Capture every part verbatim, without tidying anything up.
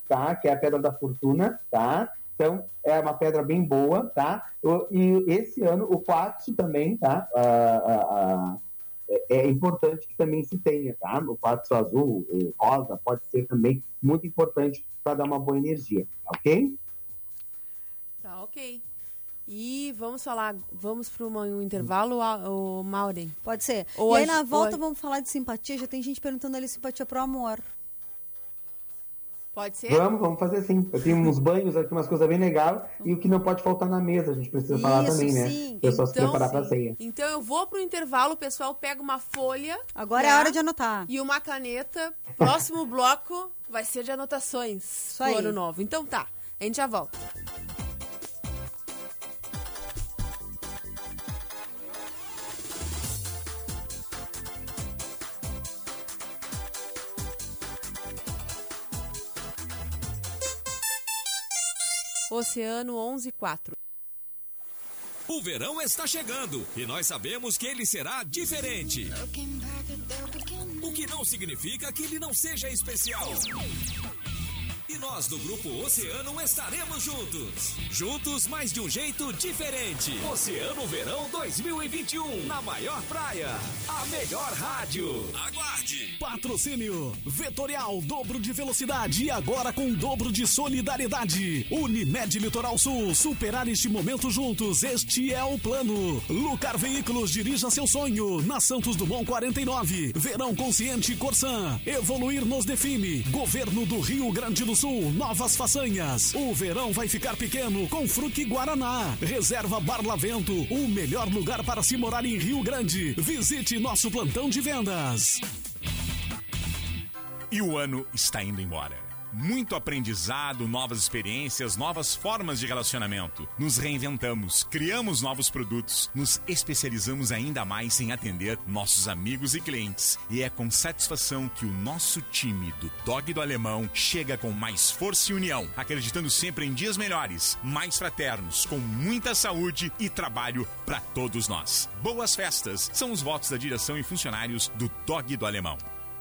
tá? Que é a Pedra da Fortuna, tá? Então, é uma pedra bem boa, tá? E esse ano, o quartzo também, tá? Ah, ah, ah, é importante que também se tenha, tá? O quartzo azul, o rosa, pode ser também muito importante para dar uma boa energia, ok? Tá, ok. E vamos falar, vamos para um intervalo, o Maureen? Pode ser. Hoje, e aí na volta hoje... vamos falar de simpatia, já tem gente perguntando ali simpatia pro amor. Pode ser? Vamos, vamos fazer sim. Eu tenho uns banhos aqui, umas coisas bem legais, e o que não pode faltar na mesa, a gente precisa Isso, falar também, né? Sim. O pessoal então, se preparar sim. pra ceia. Então eu vou pro intervalo, o pessoal pega uma folha. Agora né? é a hora de anotar. E uma caneta. Próximo bloco vai ser de anotações Isso do aí. ano novo. Então tá, a gente já volta. Oceano onze quatro. O verão está chegando e nós sabemos que ele será diferente. O que não significa que ele não seja especial. E nós do Grupo Oceano estaremos juntos. Juntos, mas de um jeito diferente. Oceano Verão dois mil e vinte e um. Na maior praia, a melhor rádio. Aguarde. Patrocínio Vetorial, dobro de velocidade e agora com dobro de solidariedade. Unimed Litoral Sul, superar este momento juntos. Este é o plano. Lucar Veículos, dirija seu sonho. Na Santos Dumont quarenta e nove. Verão Consciente Corsan. Evoluir nos define. Governo do Rio Grande do Sul, novas façanhas. O verão vai ficar pequeno com Fruque Guaraná. Reserva Barlavento, o melhor lugar para se morar em Rio Grande. Visite nosso plantão de vendas. E o ano está indo embora. Muito aprendizado, novas experiências, novas formas de relacionamento. Nos reinventamos, criamos novos produtos, nos especializamos ainda mais em atender nossos amigos e clientes. E é com satisfação que o nosso time do Dog do Alemão chega com mais força e união, acreditando sempre em dias melhores, mais fraternos, com muita saúde e trabalho para todos nós. Boas festas são os votos da direção e funcionários do Dog do Alemão.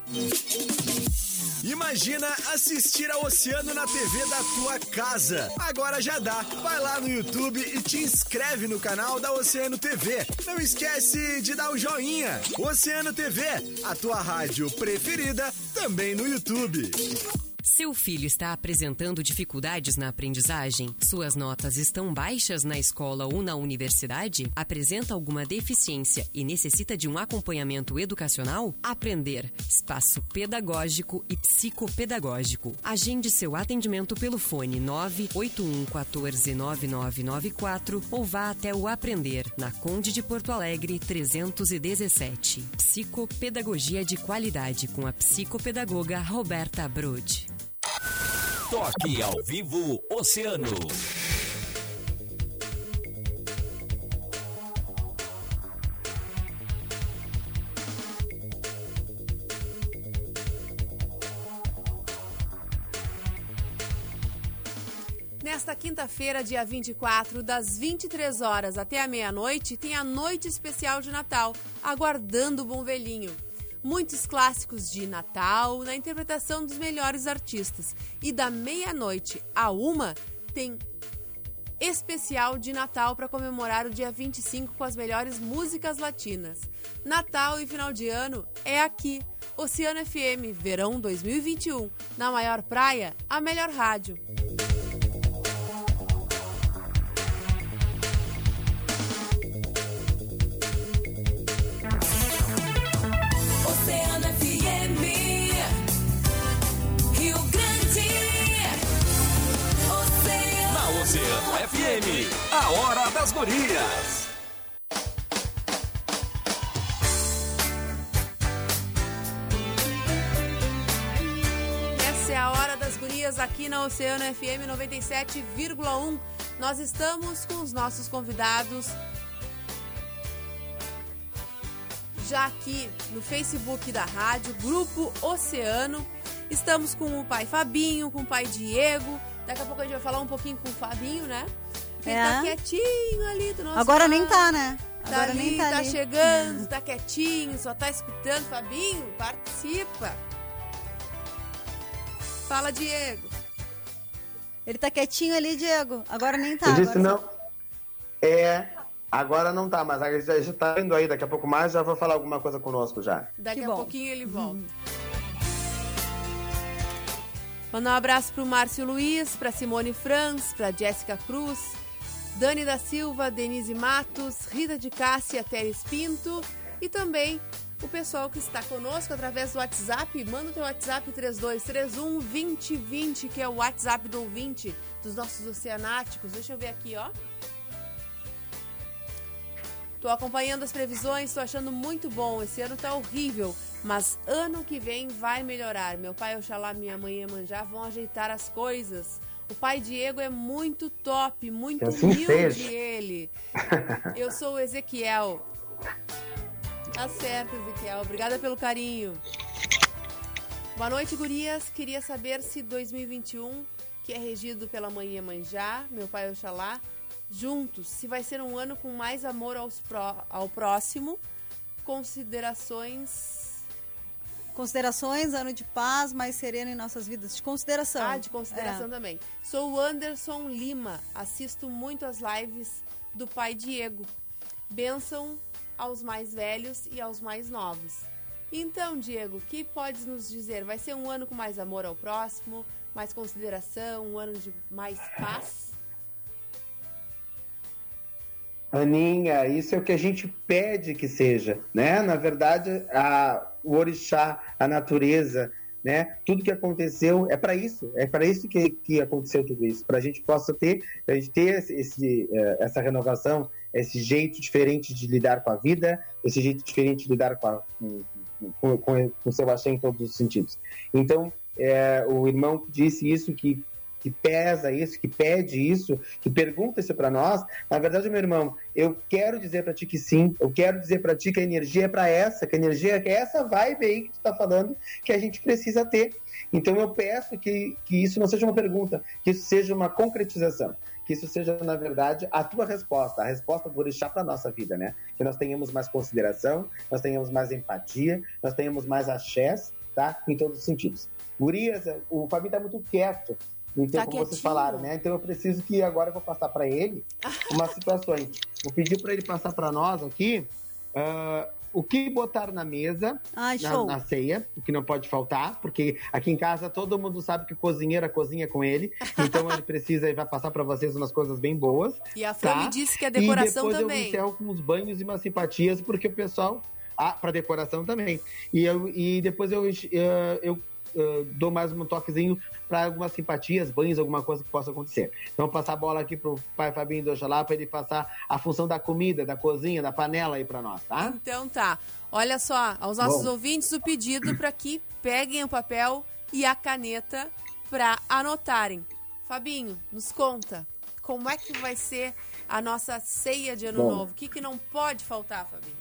Imagina assistir ao Oceano na T V da tua casa. Agora já dá. Vai lá no YouTube e te inscreve no canal da Oceano T V. Não esquece de dar o joinha. Oceano T V, a tua rádio preferida, também no YouTube. Seu filho está apresentando dificuldades na aprendizagem? Suas notas estão baixas na escola ou na universidade? Apresenta alguma deficiência e necessita de um acompanhamento educacional? Aprender, espaço pedagógico e psicopedagógico. Agende seu atendimento pelo fone nove oito um um quatro nove nove nove quatro ou vá até o Aprender, na Conde de Porto Alegre trezentos e dezessete. Psicopedagogia de qualidade com a psicopedagoga Roberta Brode. Toque ao vivo Oceano. Nesta quinta-feira, dia vinte e quatro, das vinte e três horas até a meia-noite, tem a noite especial de Natal, aguardando o Bom Velhinho. Muitos clássicos de Natal na interpretação dos melhores artistas. E da meia-noite a uma tem especial de Natal para comemorar o dia vinte e cinco com as melhores músicas latinas. Natal e final de ano é aqui. Oceano F M, Verão dois mil e vinte e um. Na maior praia, a melhor rádio. Oceano F M, Rio Grande. Oceano. Na Oceano F M, a hora das gurias. Essa é a hora das gurias aqui na Oceano F M noventa e sete vírgula um. Nós estamos com os nossos convidados já aqui no Facebook da rádio, Grupo Oceano. Estamos com o pai Fabinho, com o pai Diego. Daqui a pouco a gente vai falar um pouquinho com o Fabinho, né? Porque É. ele tá quietinho ali do nosso Agora lado. nem tá, né? Tá Agora ali, nem tá, tá ali. chegando, tá quietinho, só tá escutando. Fabinho, participa. Fala, Diego. Ele tá quietinho ali, Diego. Agora nem tá. Eu disse agora não. Só... É, agora não tá, mas a gente tá indo aí. Daqui a pouco mais já vou falar alguma coisa conosco já. Daqui Que a bom. pouquinho ele volta. Mandar um abraço pro Márcio Luiz, pra Simone Franz, pra Jéssica Cruz, Dani da Silva, Denise Matos, Rita de Cássia, Teres Pinto e também o pessoal que está conosco através do WhatsApp. Manda o teu WhatsApp três dois três um, dois zero dois zero, que é o WhatsApp do ouvinte dos nossos oceanáticos. Deixa eu ver aqui, ó. Tô acompanhando as previsões, tô achando muito bom. Esse ano tá horrível, mas ano que vem vai melhorar. Meu pai Oxalá, minha mãe Iemanjá vão ajeitar as coisas. O pai Diego é muito top, muito Que assim humilde seja. ele. Eu sou o Ezequiel. Tá certo, Ezequiel. Obrigada pelo carinho. Boa noite, gurias. Queria saber se dois mil e vinte e um, que é regido pela mãe Iemanjá, meu pai Oxalá, juntos, se vai ser um ano com mais amor aos pró- ao próximo, considerações... Considerações, ano de paz, mais sereno em nossas vidas. De consideração. Ah, de consideração É. também. Sou o Anderson Lima, assisto muito as lives do pai Diego. Bênção aos mais velhos e aos mais novos. Então, Diego, o que podes nos dizer? Vai ser um ano com mais amor ao próximo, mais consideração, um ano de mais paz? Aninha, isso é o que a gente pede que seja, né? Na verdade, a, o orixá, a natureza, né? Tudo que aconteceu é para isso, é para isso que, que aconteceu tudo isso, para a gente possa ter, a gente ter esse, esse, essa renovação, esse jeito diferente de lidar com a vida, esse jeito diferente de lidar com, a, com, com, com, com o seu axé em todos os sentidos. Então, é, o irmão disse isso que que pesa isso, que pede isso, que pergunta isso para nós, na verdade, meu irmão, eu quero dizer para ti que sim, eu quero dizer para ti que a energia é para essa, que a energia é essa vibe aí que tu tá falando, que a gente precisa ter. Então eu peço que, que isso não seja uma pergunta, que isso seja uma concretização, que isso seja, na verdade, a tua resposta, a resposta do orixá para a nossa vida, né? Que nós tenhamos mais consideração, nós tenhamos mais empatia, nós tenhamos mais axés, tá? Em todos os sentidos. Gurias, o Fabi tá muito quieto, então, Tá como quietinho. vocês falaram, né? Então eu preciso que agora eu vou passar para ele umas situações. Vou pedir para ele passar para nós aqui uh, o que botar na mesa, Ai, na, show. na ceia, o que não pode faltar, porque aqui em casa todo mundo sabe que o cozinheiro cozinha com ele, então ele precisa e vai passar para vocês umas coisas bem boas. E a Fran tá? me disse que a decoração e depois também. eu encerro com uns banhos e umas simpatias, porque o pessoal... Ah, para decoração também. E, eu, e depois eu... eu, eu Uh, dou mais um toquezinho para algumas simpatias, banhos, alguma coisa que possa acontecer. Então, passar a bola aqui pro pai Fabinho do Oxalá para ele passar a função da comida, da cozinha, da panela aí para nós, tá? Então tá. Olha só, aos nossos Bom. ouvintes, o pedido para que peguem o papel e a caneta para anotarem. Fabinho, nos conta, como é que vai ser a nossa ceia de Ano Bom. Novo? O que, que não pode faltar, Fabinho?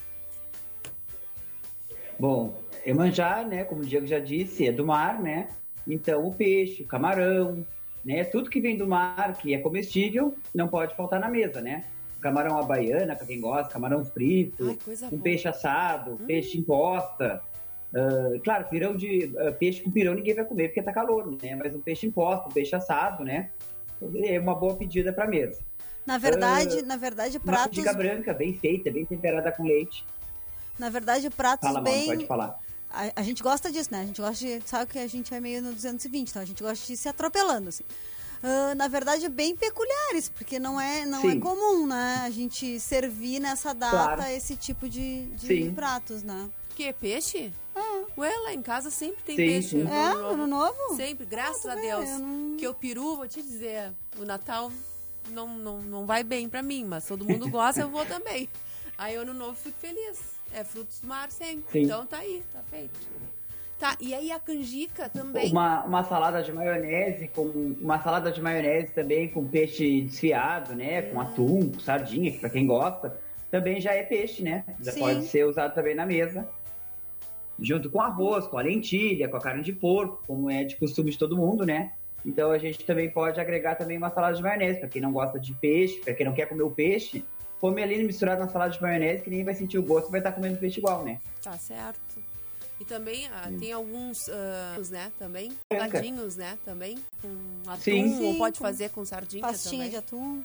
Bom, Iemanjá, né, como o Diego já disse, é do mar, né? Então o peixe, o camarão, né? Tudo que vem do mar, que é comestível, não pode faltar na mesa, né? Camarão à baiana, para quem gosta, camarão frito, Ai, coisa um boa. peixe assado, peixe em posta. Uh, claro, pirão de uh, peixe com pirão ninguém vai comer porque tá calor, né? Mas um peixe em posta, um peixe assado, né? É uma boa pedida para mesa. Na verdade, Ah, na verdade, Uma pratos, canjica branca, bem feita, bem temperada com leite. na verdade, pratos Fala, mano, bem... pode falar. A, a gente gosta disso, né? A gente gosta de... Sabe que a gente é meio no duzentos e vinte, então a gente gosta de ir se atropelando, assim. Ah, na verdade, bem peculiares, porque não é, não é Sim. comum, né? A gente servir nessa data Claro. esse tipo de, de Sim. pratos, né? Que, peixe? Ué, lá em casa sempre tem Sim, peixe. sim. no É, Ano Novo. ano novo? Sempre, graças Ah, a tu vê, Deus. eu não- Que o peru, vou te dizer, o Natal não, não, não vai bem pra mim, mas todo mundo gosta, eu vou também. Aí Ano Novo fico feliz. É frutos do mar sempre. Sim. Então tá aí, tá feito. Tá, e aí a canjica também. Uma, uma salada de maionese, com uma salada de maionese também com peixe desfiado, né? Com atum, com sardinha, que pra quem gosta, também já é peixe, né? Já Sim. pode ser usado também na mesa. Junto com arroz, com a lentilha, com a carne de porco, como é de costume de todo mundo, né? Então a gente também pode agregar também uma salada de maionese, para quem não gosta de peixe, para quem não quer comer o peixe, come ali misturado na salada de maionese, que ninguém vai sentir o gosto e vai estar comendo peixe igual, né? Tá certo. E também ah, tem alguns, uh, né, também, salgadinhos, né, também, com atum, sim, sim, ou pode fazer com sardinha pastinha também. de atum.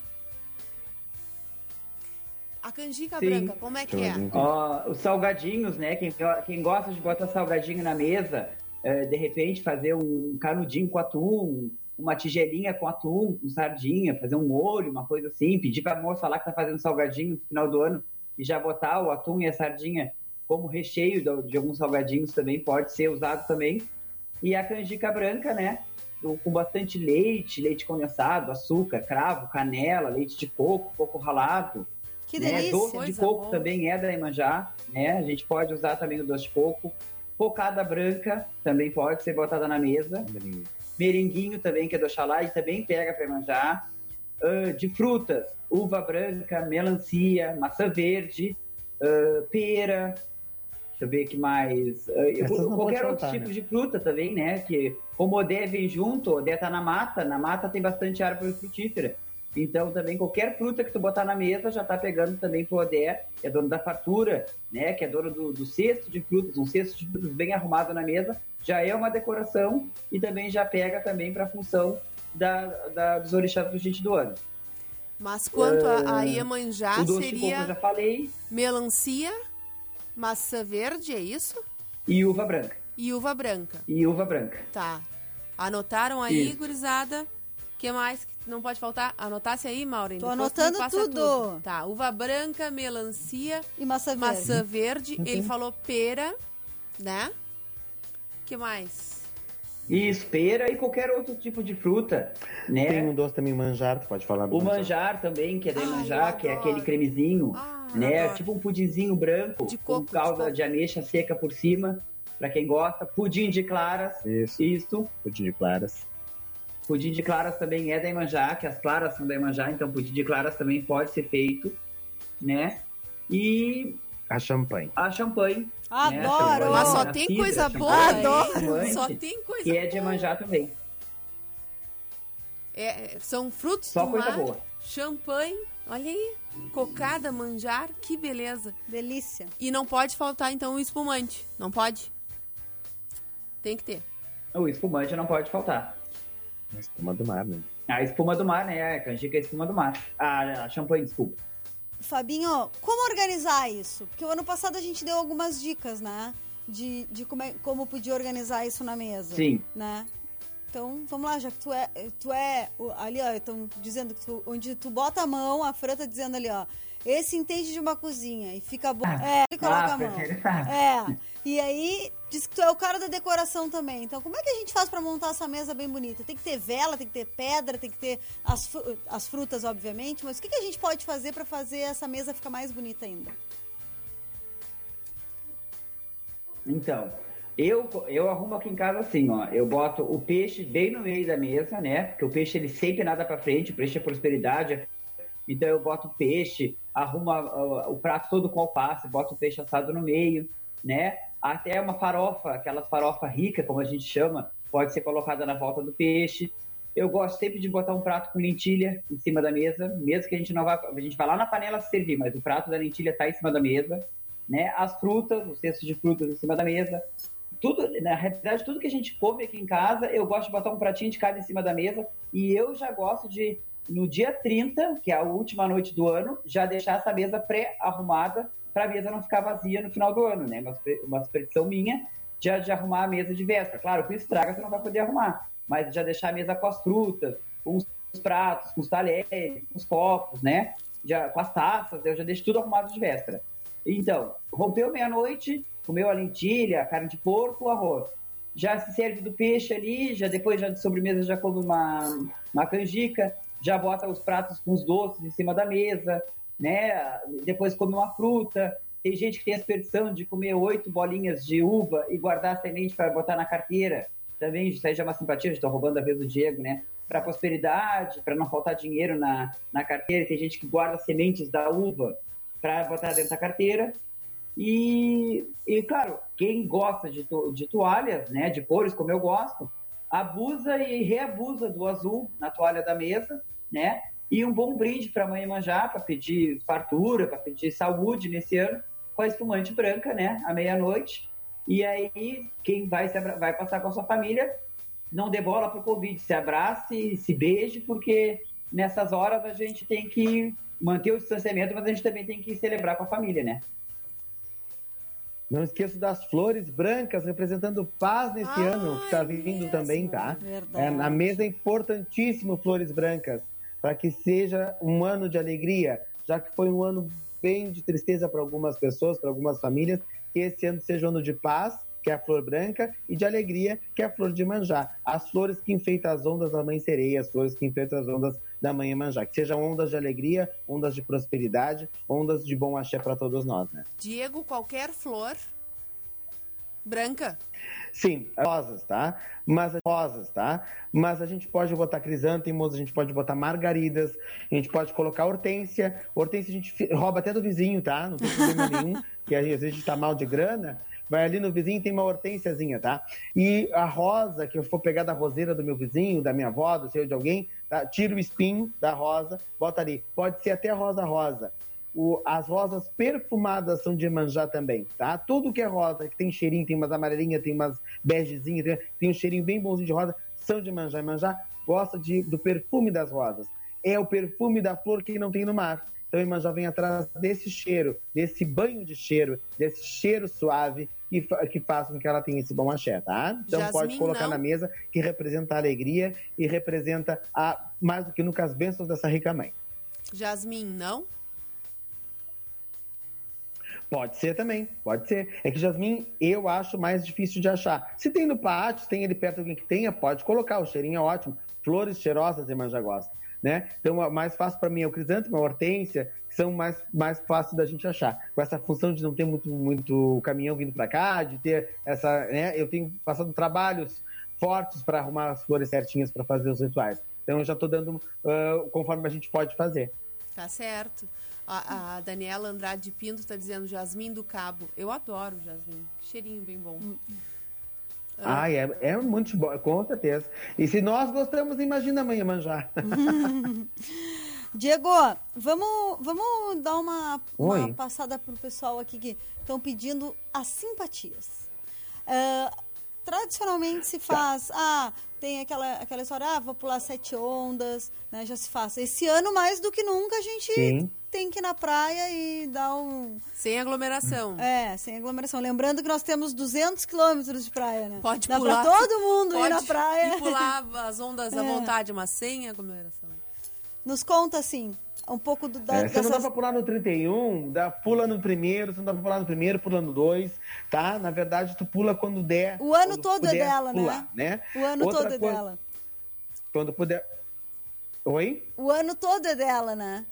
A canjica sim. branca, como é que é? Ó, os salgadinhos, né, quem, quem gosta de botar salgadinho na mesa, é, de repente fazer um canudinho com atum, uma tigelinha com atum, com sardinha, fazer um molho, uma coisa assim, pedir pra moça lá que tá fazendo salgadinho no final do ano e já botar o atum e a sardinha como recheio de, de alguns salgadinhos também pode ser usado também. E a canjica branca, né, com bastante leite, leite condensado, açúcar, cravo, canela, leite de coco, coco ralado. Que né? delícia! Doce Coisa de coco boa. Também também é da Iemanjá, né? A gente pode usar também o doce de coco. Cocada branca também pode ser botada na mesa. Merenguinho também, que é do Oxalá, e também pega para Iemanjá. Uh, de frutas, uva branca, melancia, maçã verde, uh, pera, deixa eu ver o que mais, uh, qualquer outro faltar, tipo né? de fruta também, né, que como o Odé vem junto, o Odé tá na mata, na mata tem bastante árvore frutífera, então também qualquer fruta que tu botar na mesa já tá pegando também pro Odé, que é dono da fartura, né, que é dono do, do cesto de frutas, um cesto de frutas bem arrumado na mesa, já é uma decoração e também já pega também para a função Da, da, dos orixás do gente do ano. Mas quanto uh, a, a Iemanjá, o doce seria de coco eu já falei. Melancia, maçã verde, é isso? E uva branca. E uva branca. E uva branca. Tá. Anotaram aí, isso. gurizada? O que mais que não pode faltar? Anotasse aí, Maureen. Tô anotando tudo. tudo. Tá, uva branca, melancia e maçã verde. Maçã verde. Uhum. Ele falou pera, né? O que mais? Isso, pera e qualquer outro tipo de fruta, né? Tem um doce também, manjar, tu pode falar do O manjar. manjar também, que é da Ai, manjar, que é aquele cremezinho, Ai, né? adoro. Tipo um pudinzinho branco, De com coco, calda de de, de ameixa seca por cima, pra quem gosta. Pudim de claras. Isso. Isso. Pudim de claras. Pudim de claras também é da Iemanjá, que as claras são da Iemanjá, então pudim de claras também pode ser feito, né? E a champanhe. A champanhe. Adoro! Né? Mas só a tem cidra, coisa a boa, Adoro! Só tem coisa que boa. é de Iemanjá também. É, são frutos Só do coisa mar, boa. champanhe, olha aí, cocada, manjar, que beleza. Delícia. E não pode faltar, então, o espumante, não pode? Tem que ter. O espumante não pode faltar. A espuma do mar, né? A espuma do mar, né? A canjica é a espuma do mar. A, a champanhe, desculpa. Fabinho, como organizar isso? Porque o ano passado a gente deu algumas dicas, né? De, de como, é, como podia organizar isso na mesa. Sim. Né? Então, vamos lá, já que tu é, tu é ali, ó, estão dizendo que tu, onde tu bota a mão, a Fran tá dizendo ali, ó, esse entende de uma cozinha e fica bom. Ah, é, ele coloca ah, a mão. ele sabe. É. E aí, diz que tu é o cara da decoração também. Então, como é que a gente faz pra montar essa mesa bem bonita? Tem que ter vela, tem que ter pedra, tem que ter as, as frutas, obviamente, mas o que, que a gente pode fazer pra fazer essa mesa ficar mais bonita ainda? Então, eu, eu arrumo aqui em casa assim, ó, eu boto o peixe bem no meio da mesa, né, porque o peixe ele sempre nada pra frente, o peixe é prosperidade, então eu boto o peixe, arrumo a, o prato todo com alface, boto o peixe assado no meio, né, até uma farofa, aquelas farofa rica, como a gente chama, pode ser colocada na volta do peixe. Eu gosto sempre de botar um prato com lentilha em cima da mesa, mesmo que a gente não vá, a gente vai lá na panela se servir, mas o prato da lentilha tá em cima da mesa, né, as frutas, os cestos de frutas em cima da mesa, tudo, na realidade, tudo que a gente come aqui em casa, eu gosto de botar um pratinho de cada em cima da mesa, e eu já gosto de, no dia trinta, que é a última noite do ano, já deixar essa mesa pré-arrumada, para a mesa não ficar vazia no final do ano, né? Uma, uma expressão minha de, de arrumar a mesa de véspera. Claro, que estraga, você não vai poder arrumar, mas já deixar a mesa com as frutas, com os pratos, com os talheres, com os copos, né? Já, com as taças, eu já deixo tudo arrumado de véspera. Então, rompeu meia-noite, comeu a lentilha, a carne de porco, o arroz. Já se serve do peixe ali, já depois já de sobremesa já come uma, uma canjica, já bota os pratos com os doces em cima da mesa, né? Depois come uma fruta. Tem gente que tem a superstição de comer oito bolinhas de uva e guardar a semente para botar na carteira. Também isso aí já é uma simpatia, estou roubando a vez do Diego, né? Para prosperidade, para não faltar dinheiro na, na carteira. Tem gente que guarda sementes da uva para botar dentro da carteira. E, e, claro, quem gosta de, to, de toalhas, né, de cores, como eu gosto, abusa e reabusa do azul na toalha da mesa, né? E um bom brinde para a mãe Iemanjá, para pedir fartura, para pedir saúde nesse ano, com a espumante branca, né, à meia-noite. E aí, quem vai, se abra- vai passar com a sua família, não dê bola pro Covid, se abrace, se beije, porque nessas horas a gente tem que manter o distanciamento, mas a gente também tem que celebrar com a família, né? Não esqueço das flores brancas representando paz nesse Ai, ano, que está vindo mesmo. também, tá? Verdade. É, na mesa é importantíssimo flores brancas, para que seja um ano de alegria, já que foi um ano bem de tristeza para algumas pessoas, para algumas famílias, que esse ano seja um ano de paz, que é a flor branca, e de alegria, que é a flor de Iemanjá. As flores que enfeitam as ondas da Mãe Sereia, as flores que enfeitam as ondas da Mãe Iemanjá. Que sejam ondas de alegria, ondas de prosperidade, ondas de bom axé para todos nós, né? Diego, qualquer flor branca. Sim, rosas, tá? Mas rosas, tá? Mas a gente pode botar crisântemos, a gente pode botar margaridas, a gente pode colocar hortênsia. Hortência a gente fi- rouba até do vizinho, tá? Não tem problema nenhum, que às vezes a gente tá mal de grana. Vai ali no vizinho, tem uma hortênsiazinha, tá? E a rosa, que eu for pegar da roseira do meu vizinho, da minha avó, do seu de alguém, tá? Tira o espinho da rosa, bota ali. Pode ser até rosa rosa. O, as rosas perfumadas são de Iemanjá também, tá? Tudo que é rosa, que tem cheirinho, tem umas amarelinhas, tem umas begezinhas, tem, tem um cheirinho bem bonzinho de rosa, são de Iemanjá. Iemanjá gosta de, do perfume das rosas. É o perfume da flor que não tem no mar. Então Iemanjá vem atrás desse cheiro, desse banho de cheiro, desse cheiro suave que, fa- que faz com que ela tenha esse bom axé, tá? Então Jasmim, pode colocar não? na mesa, que representa a alegria e representa, a, mais do que nunca, as bênçãos dessa rica mãe. Jasmim, não? Pode ser também, pode ser. É que jasmim eu acho mais difícil de achar. Se tem no pátio, se tem ele perto de alguém que tenha, pode colocar, o cheirinho é ótimo. Flores cheirosas, Iemanjá gosta, né? Então, o mais fácil para mim é o crisântemo, a hortênsia, que são mais, mais fáceis da gente achar. Com essa função de não ter muito, muito caminhão vindo para cá, de ter essa, né? Eu tenho passado trabalhos fortes para arrumar as flores certinhas para fazer os rituais. Então, eu já estou dando uh, conforme a gente pode fazer. Tá certo. A, a Daniela Andrade Pinto tá dizendo Jasmim do Cabo. Eu adoro jasmim. Cheirinho bem bom. Ah, é, é muito bom, com certeza. E se nós gostamos, imagina a mãe Iemanjá. Diego, vamos, vamos dar uma, uma Oi. passada pro pessoal aqui que estão pedindo as simpatias. Ah, tradicionalmente se faz, ah, tem aquela, aquela história, ah, vou pular sete ondas, né, já se faz. Esse ano, mais do que nunca, a gente Sim. tem que ir na praia e dar um... Sem aglomeração. É, sem aglomeração. Lembrando que nós temos duzentos quilômetros de praia, né? Pode Dá pular. pra todo mundo Pode ir na praia. E pular as ondas à É. vontade, mas sem aglomeração. Nos conta, assim, um pouco do, da, É, se não dá dessas... pra pular no trinta e um, dá, pula no primeiro, se não dá pra pular no primeiro, pula no dois, tá? Na verdade, tu pula quando der. O ano quando todo é puder dela, né? pular, né? O ano Outra todo é coisa- dela. Quando puder... Oi? O ano todo é dela, né?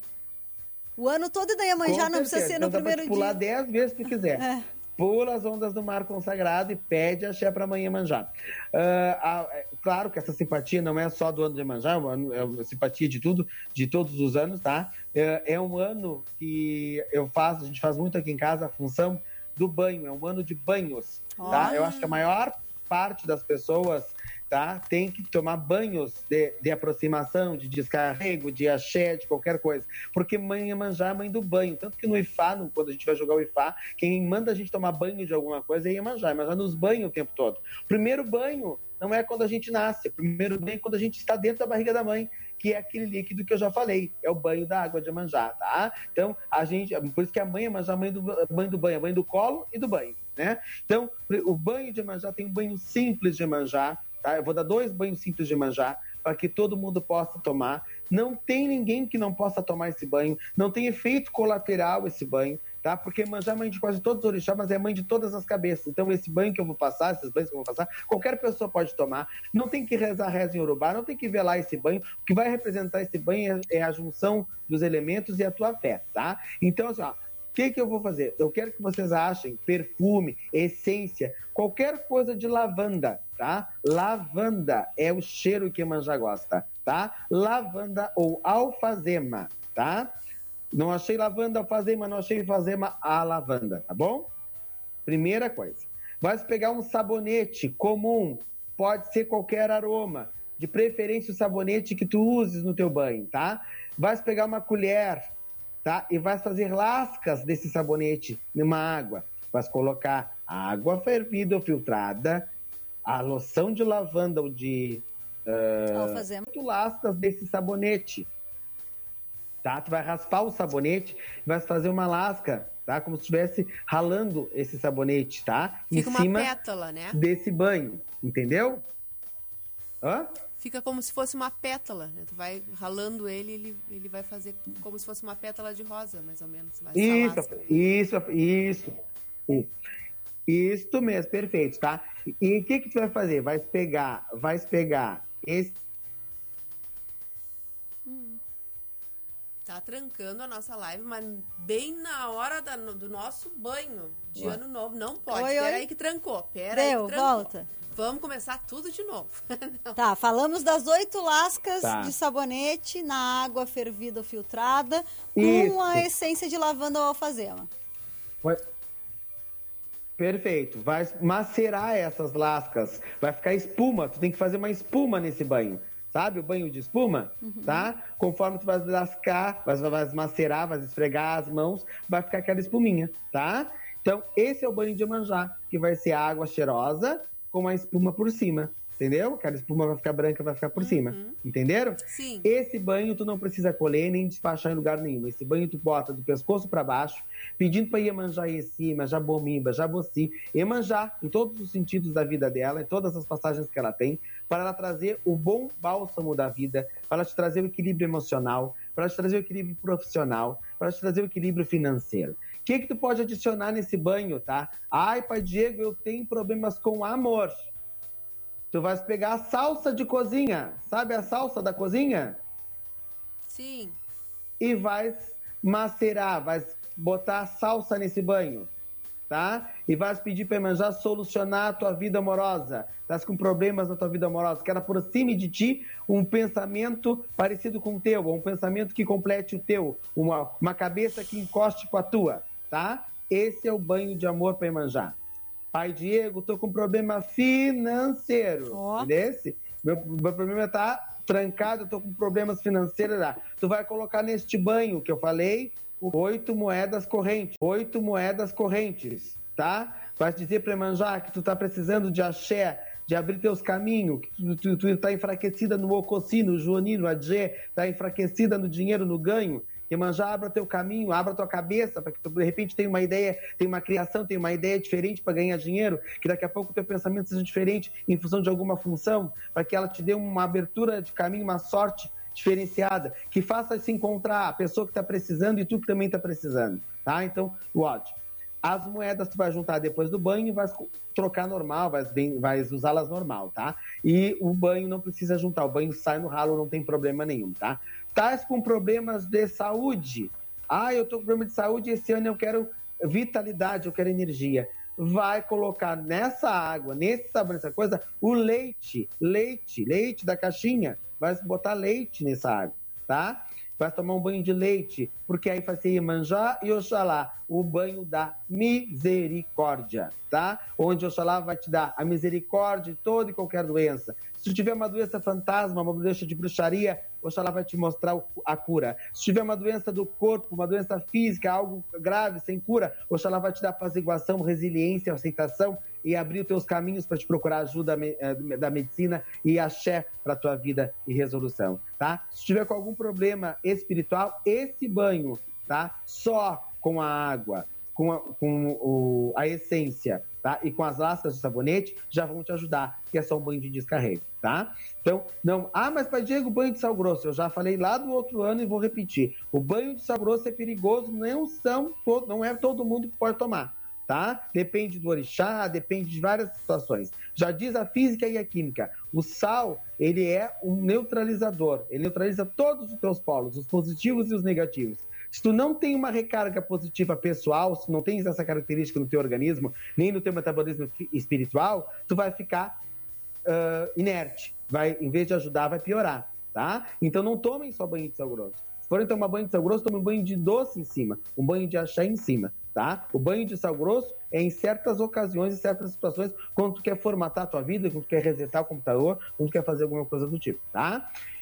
O ano todo é da Iemanjá, Com não precisa certeza. ser no Então dá pra primeiro te pular dia. dez vezes se tu quiser. É. Pula as ondas do mar consagrado e pede axé para a mãe Iemanjá. Ah, a- é claro que essa simpatia não é só do ano de Iemanjá, é uma, é uma simpatia de tudo, de todos os anos, tá? É, é um ano que eu faço, a gente faz muito aqui em casa a função do banho, é um ano de banhos, tá? Olha. Eu acho que a maior parte das pessoas, tá, tem que tomar banhos de, de aproximação, de descarrego, de axé, de qualquer coisa. Porque mãe Iemanjá é mãe do banho. Tanto que no I F A, no, quando a gente vai jogar o I F A, quem manda a gente tomar banho de alguma coisa é Iemanjá. Iemanjá nos banha o tempo todo. O primeiro banho não é quando a gente nasce. O primeiro banho é quando a gente está dentro da barriga da mãe, que é aquele líquido que eu já falei. É o banho da água de Iemanjá, tá? Então, a gente... Por isso que a mãe Iemanjá é mãe do, mãe do banho. É mãe do colo e do banho, né? Então, o banho de Iemanjá tem um banho simples de Iemanjá, tá? Eu vou dar dois banhos simples de Iemanjá para que todo mundo possa tomar. Não tem ninguém que não possa tomar esse banho. Não tem efeito colateral esse banho, tá? Porque Iemanjá é mãe de quase todos os orixás, mas é mãe de todas as cabeças. Então, esse banho que eu vou passar, esses banhos que eu vou passar, qualquer pessoa pode tomar. Não tem que rezar reza em Urubá, não tem que velar esse banho. O que vai representar esse banho é, é a junção dos elementos e a tua fé, tá? Então, assim, ó, o que, que eu vou fazer? Eu quero que vocês achem perfume, essência, qualquer coisa de lavanda, tá? Lavanda é o cheiro que Iemanjá gosta, tá? Lavanda ou alfazema, tá? Não achei lavanda, alfazema, não achei alfazema, a lavanda, tá bom? Primeira coisa. Vai pegar um sabonete comum, pode ser qualquer aroma, de preferência o sabonete que tu uses no teu banho, tá? Vai pegar uma colher, tá? E vai fazer lascas desse sabonete numa água. Vai colocar água fervida ou filtrada, a loção de lavanda ou de uh, tu lascas desse sabonete, tá? Tu vai raspar o sabonete e vai fazer uma lasca, tá? Como se estivesse ralando esse sabonete, tá? Fica em uma cima pétala, né? desse banho, entendeu? Hã? Fica como se fosse uma pétala, né? Tu vai ralando ele, ele, ele vai fazer como se fosse uma pétala de rosa, mais ou menos. Vai isso, isso, isso, isso. Isso mesmo, perfeito, tá? E o que que tu vai fazer? Vai pegar, vai pegar esse... Hum. Tá trancando a nossa live, mas bem na hora da, do nosso banho de Ué. Ano Novo. Não pode. Oi, Pera oi. aí que trancou. Pera Deu, aí que trancou. volta. Vamos começar tudo de novo. Tá, falamos das oito lascas tá. de sabonete na água fervida ou filtrada com Isso. a essência de lavanda ou alfazema. Vai... Perfeito. Vai macerar essas lascas. Vai ficar espuma. Tu tem que fazer uma espuma nesse banho. Sabe o banho de espuma? Uhum. Tá? Conforme tu vai lascar, vai, vai macerar, vai esfregar as mãos, vai ficar aquela espuminha, tá? Então, esse é o banho de Iemanjá, que vai ser água cheirosa com uma espuma por cima, entendeu? Aquela espuma vai ficar branca, vai ficar por uhum. cima, entenderam? Sim. Esse banho tu não precisa colher nem despachar em lugar nenhum. Esse banho tu bota do pescoço para baixo, pedindo para Iemanjá ir em cima, Jabomimba, Jaboci, Iemanjá, em todos os sentidos da vida dela, em todas as passagens que ela tem, para ela trazer o bom bálsamo da vida, para ela te trazer o equilíbrio emocional, para ela te trazer o equilíbrio profissional, para ela te trazer o equilíbrio financeiro. O que que tu pode adicionar nesse banho, tá? Ai, pai Diego, eu tenho problemas com amor. Tu vais pegar a salsa de cozinha, sabe a salsa da cozinha? Sim. E vais macerar, vais botar a salsa nesse banho, tá? E vais pedir para Iemanjá solucionar a tua vida amorosa. Estás com problemas na tua vida amorosa. Quero por cima de ti um pensamento parecido com o teu, um pensamento que complete o teu, uma, uma cabeça que encoste com a tua, tá? Esse é o banho de amor para Iemanjá. Pai Diego, tô com problema financeiro. Oh. Entendeu? Meu, meu problema tá trancado, eu tô com problemas financeiros lá. Tu vai colocar neste banho que eu falei, oito moedas correntes. Oito moedas correntes, tá? Vai dizer para Iemanjá que tu tá precisando de axé, de abrir teus caminhos, que tu, tu, tu tá enfraquecida no Ocossi, no Joani, no Adjé, tá enfraquecida no dinheiro, no ganho. Iemanjá, abra teu caminho, abra tua cabeça, para que tu, de repente, tenha uma ideia, tenha uma criação, tenha uma ideia diferente para ganhar dinheiro, que daqui a pouco o teu pensamento seja diferente em função de alguma função, para que ela te dê uma abertura de caminho, uma sorte diferenciada, que faça se encontrar a pessoa que está precisando e tu que também está precisando, tá? Então, o ótimo. As moedas tu vai juntar depois do banho e vai trocar normal, vai, vai usá-las normal, tá? E o banho não precisa juntar, o banho sai no ralo, não tem problema nenhum, tá? Estás com problemas de saúde. Ah, eu tô com problema de saúde e esse ano eu quero vitalidade, eu quero energia. Vai colocar nessa água, nesse sabão, nessa coisa, o leite, leite, leite da caixinha. Vai botar leite nessa água, tá? Vai tomar um banho de leite, porque aí vai ser Iemanjá e Oxalá, o banho da misericórdia, tá? Onde Oxalá vai te dar a misericórdia de toda e qualquer doença. Se tu tiver uma doença fantasma, uma doença de bruxaria, Oxalá vai te mostrar a cura. Se tiver uma doença do corpo, uma doença física, algo grave, sem cura, Oxalá vai te dar apaziguação, resiliência, aceitação e abrir os teus caminhos para te procurar ajuda da medicina e axé para a tua vida e resolução, tá? Se tiver com algum problema espiritual, esse banho, tá? Só com a água, com a, com o, a essência, tá? E com as lascas de sabonete, já vão te ajudar, que é só um banho de descarrego, tá? Então, não, ah, mas pai Diego, banho de sal grosso, eu já falei lá do outro ano e vou repetir, o banho de sal grosso é perigoso, não são, não é todo mundo que pode tomar, tá? Depende do orixá, depende de várias situações. Já diz a física e a química, o sal, ele é um neutralizador, ele neutraliza todos os teus polos, os positivos e os negativos. Se tu não tem uma recarga positiva pessoal, se tu não tens essa característica no teu organismo, nem no teu metabolismo espiritual, tu vai ficar uh, inerte. Vai, em vez de ajudar, vai piorar, tá? Então não tomem só banho de sal grosso. Se forem tomar banho de sal grosso, tomem um banho de doce em cima, um banho de axé em cima, tá? O banho de sal grosso é em certas ocasiões, em certas situações, quando tu quer formatar a tua vida, quando tu quer resetar o computador, quando tu quer fazer alguma coisa do tipo, tá?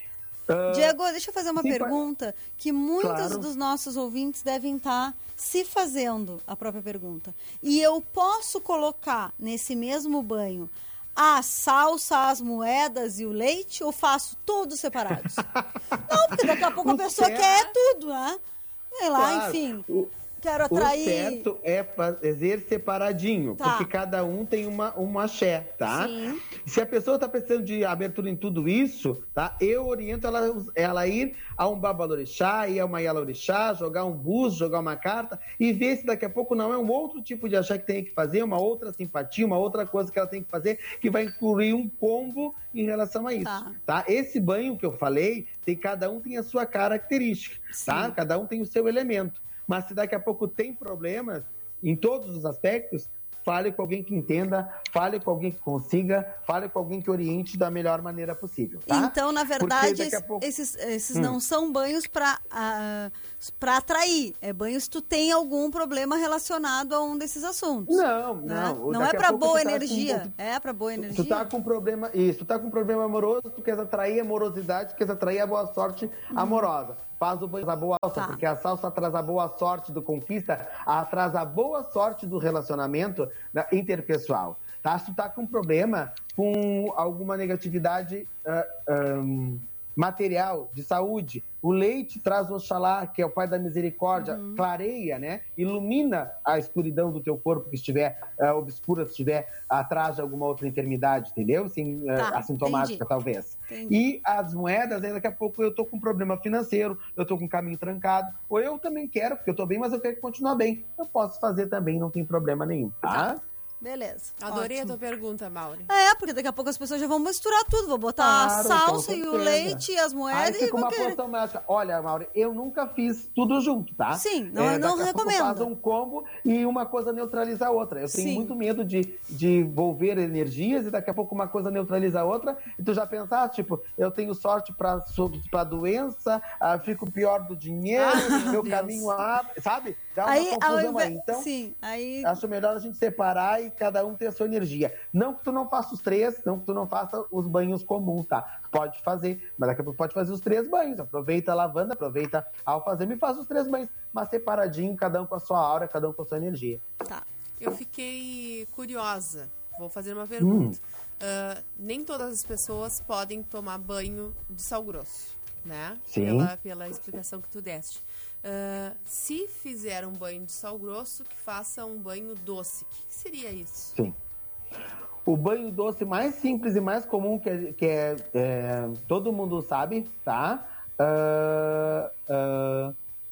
Uh, Diego, deixa eu fazer uma sim, pergunta que muitos claro. dos nossos ouvintes devem estar se fazendo a própria pergunta. E eu posso colocar nesse mesmo banho a salsa, as moedas e o leite, ou faço todos separados? Não, porque daqui a pouco a pessoa certo... quer tudo, né? Sei lá, claro. enfim. O... Quero atrair... O certo é fazer separadinho, tá. porque cada um tem uma, uma axé, tá? Sim. Se a pessoa tá precisando de abertura em tudo isso, tá? Eu oriento ela, ela a ir a um babalorixá, ir a uma yalorixá, jogar um búzio, jogar uma carta e ver se daqui a pouco não é um outro tipo de axé que tem que fazer, uma outra simpatia, uma outra coisa que ela tem que fazer, que vai incluir um combo em relação a isso, tá? tá? Esse banho que eu falei, tem, cada um tem a sua característica, Sim. tá? Cada um tem o seu elemento. Mas se daqui a pouco tem problemas em todos os aspectos, fale com alguém que entenda, fale com alguém que consiga, fale com alguém que oriente da melhor maneira possível, tá? Então, na verdade, esse, pouco... esses, esses hum. não são banhos para uh, para atrair. É banhos se tu tem algum problema relacionado a um desses assuntos. Não, né? não. Não é para boa energia. Com... É para boa energia. Tu tá com problema, isso, tu tá com problema amoroso, tu queres atrair amorosidade, tu queres atrair a boa sorte hum. amorosa. Faz o banho da boa salsa, tá. porque a salsa traz a boa sorte do conquista, traz a boa sorte do relacionamento interpessoal. Tá? Se tu tá com problema com alguma negatividade uh, um, material, de saúde, o leite traz o Oxalá, que é o Pai da Misericórdia, uhum. clareia, né? Ilumina a escuridão do teu corpo que estiver uh, obscura, se estiver atrás de alguma outra enfermidade, entendeu? Assim, tá, uh, assintomática, entendi. talvez. Entendi. E as moedas, aí daqui a pouco eu tô com um problema financeiro, eu tô com um caminho trancado, ou eu também quero, porque eu tô bem, mas eu quero continuar bem. Eu posso fazer também, não tem problema nenhum, tá? tá. Beleza. Adorei Ótimo. a tua pergunta, Mauri. É, porque daqui a pouco as pessoas já vão misturar tudo. Vou botar claro, a salsa e o leite e as moedas. Aí fica e uma querer... porção mágica. Olha, Mauri, eu nunca fiz tudo junto, tá? Sim, não, é, não recomendo. Faz um combo e uma coisa neutraliza a outra. Eu tenho Sim. muito medo de, de envolver energias e daqui a pouco uma coisa neutraliza a outra. E tu já pensaste, tipo, eu tenho sorte pra, pra doença, ah, fico pior do dinheiro, ah, meu Deus. caminho abre, sabe? Dá uma aí, confusão invés... aí. Então, Sim, aí... acho melhor a gente separar e cada um ter a sua energia. Não que tu não faça os três, não que tu não faça os banhos comuns, tá? Pode fazer, mas daqui a pouco pode fazer os três banhos. Aproveita a lavanda, aproveita a alfazema e faz os três banhos. Mas separadinho, cada um com a sua aura, cada um com a sua energia. Tá. Eu fiquei curiosa. Vou fazer uma pergunta. Hum. Uh, nem todas as pessoas podem tomar banho de sal grosso, né? Sim. Pela, pela explicação que tu deste. Uh, se fizer um banho de sal grosso, que faça um banho doce. O que seria isso? Sim. O banho doce mais simples e mais comum que, é, que é, é todo mundo sabe, tá? Uh, uh,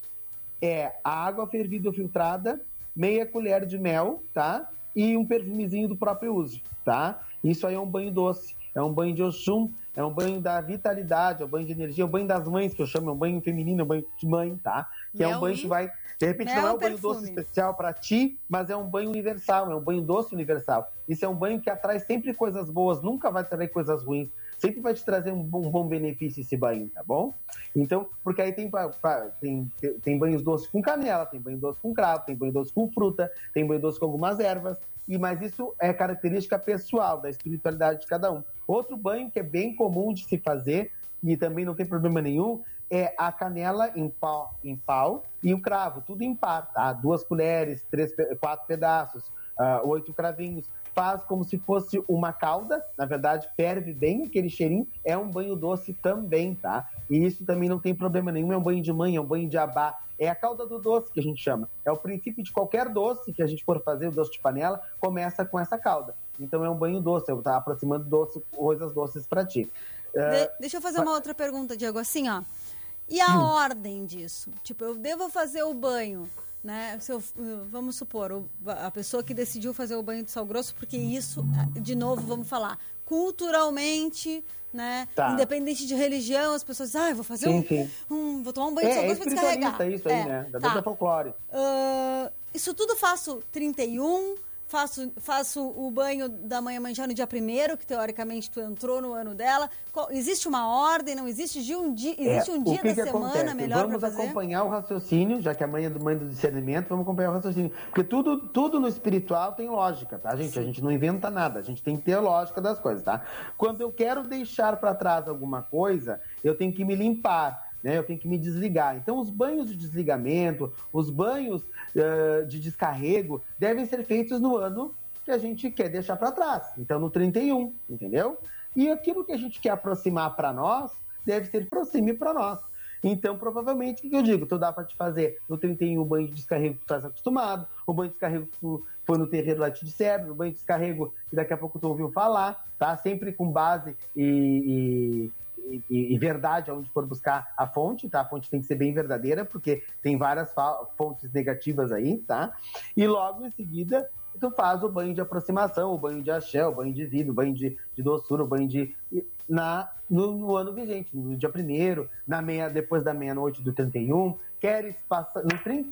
é a água fervida ou filtrada, meia colher de mel, tá? E um perfumezinho do próprio uso, tá? Isso aí é um banho doce. É um banho de Oxum, é um banho da vitalidade, é um banho de energia, é um banho das mães, que eu chamo, é um banho feminino, é um banho de mãe, tá? Que Mel é um banho e... que vai... De repente Mel não é um banho perfume. doce especial para ti, mas é um banho universal, é um banho doce universal. Isso é um banho que atrai sempre coisas boas, nunca vai trazer coisas ruins, sempre vai te trazer um bom, um bom benefício esse banho, tá bom? Então, porque aí tem, tem, tem banhos doces com canela, tem banho doce com cravo, tem banho doce com fruta, tem banho doce com algumas ervas, e, mas isso é característica pessoal da espiritualidade de cada um. Outro banho que é bem comum de se fazer, e também não tem problema nenhum, é a canela em pau, em pau e o cravo, tudo em par, tá? Duas colheres, três, quatro pedaços, uh, oito cravinhos. Faz como se fosse uma calda, na verdade ferve bem aquele cheirinho, é um banho doce também, tá? E isso também não tem problema nenhum, é um banho de mãe, é um banho de abá, é a calda do doce que a gente chama. É o princípio de qualquer doce que a gente for fazer, o doce de panela, começa com essa calda. Então é um banho doce, eu tá aproximando doce, coisas doces para ti. De, uh, deixa eu fazer uma outra pergunta, Diego, assim, ó. E a hum. ordem disso? Tipo, eu devo fazer o banho, né? Se eu, vamos supor, o, a pessoa que decidiu fazer o banho de sal grosso, porque isso, de novo, vamos falar, culturalmente, né? Tá. Independente de religião, as pessoas dizem, ah, eu vou fazer sim, um, sim. um... Vou tomar um banho de é, sal grosso é pra descarregar. Isso aí, é, né? Da tá. folclore. Uh, isso tudo faço trinta e um... Faço, faço o banho da manhã manjar no dia primeiro, que teoricamente tu entrou no ano dela. Qual, existe uma ordem, não existe? De um dia, existe é, um dia que da que semana acontece? melhor para fazer? Vamos acompanhar o raciocínio, já que a mãe é do mãe do discernimento, vamos acompanhar o raciocínio. Porque tudo, tudo no espiritual tem lógica, tá, gente? Sim. A gente não inventa nada, a gente tem que ter a lógica das coisas, tá? Quando eu quero deixar para trás alguma coisa, eu tenho que me limpar, né? Eu tenho que me desligar. Então, os banhos de desligamento, os banhos uh, de descarrego devem ser feitos no ano que a gente quer deixar para trás. Então, no trinta e um, entendeu? E aquilo que a gente quer aproximar para nós, deve ser proxime para nós. Então, provavelmente, o que eu digo? Então, dá para te fazer no trinta e um o banho de descarrego que tu estás acostumado, o banho de descarrego que tu foi no terreiro lá de Serve, o banho de descarrego que daqui a pouco tu ouviu falar, tá? Sempre com base e, e, e, e verdade aonde for buscar a fonte, tá? A fonte tem que ser bem verdadeira, porque tem várias fontes negativas aí, tá? E logo em seguida, tu faz o banho de aproximação, o banho de axé, o banho de vida, o banho de, de doçura, o banho de... Na, no, no ano vigente, no dia primeiro, na meia, depois da meia-noite do trinta e um, queres passar no trinta,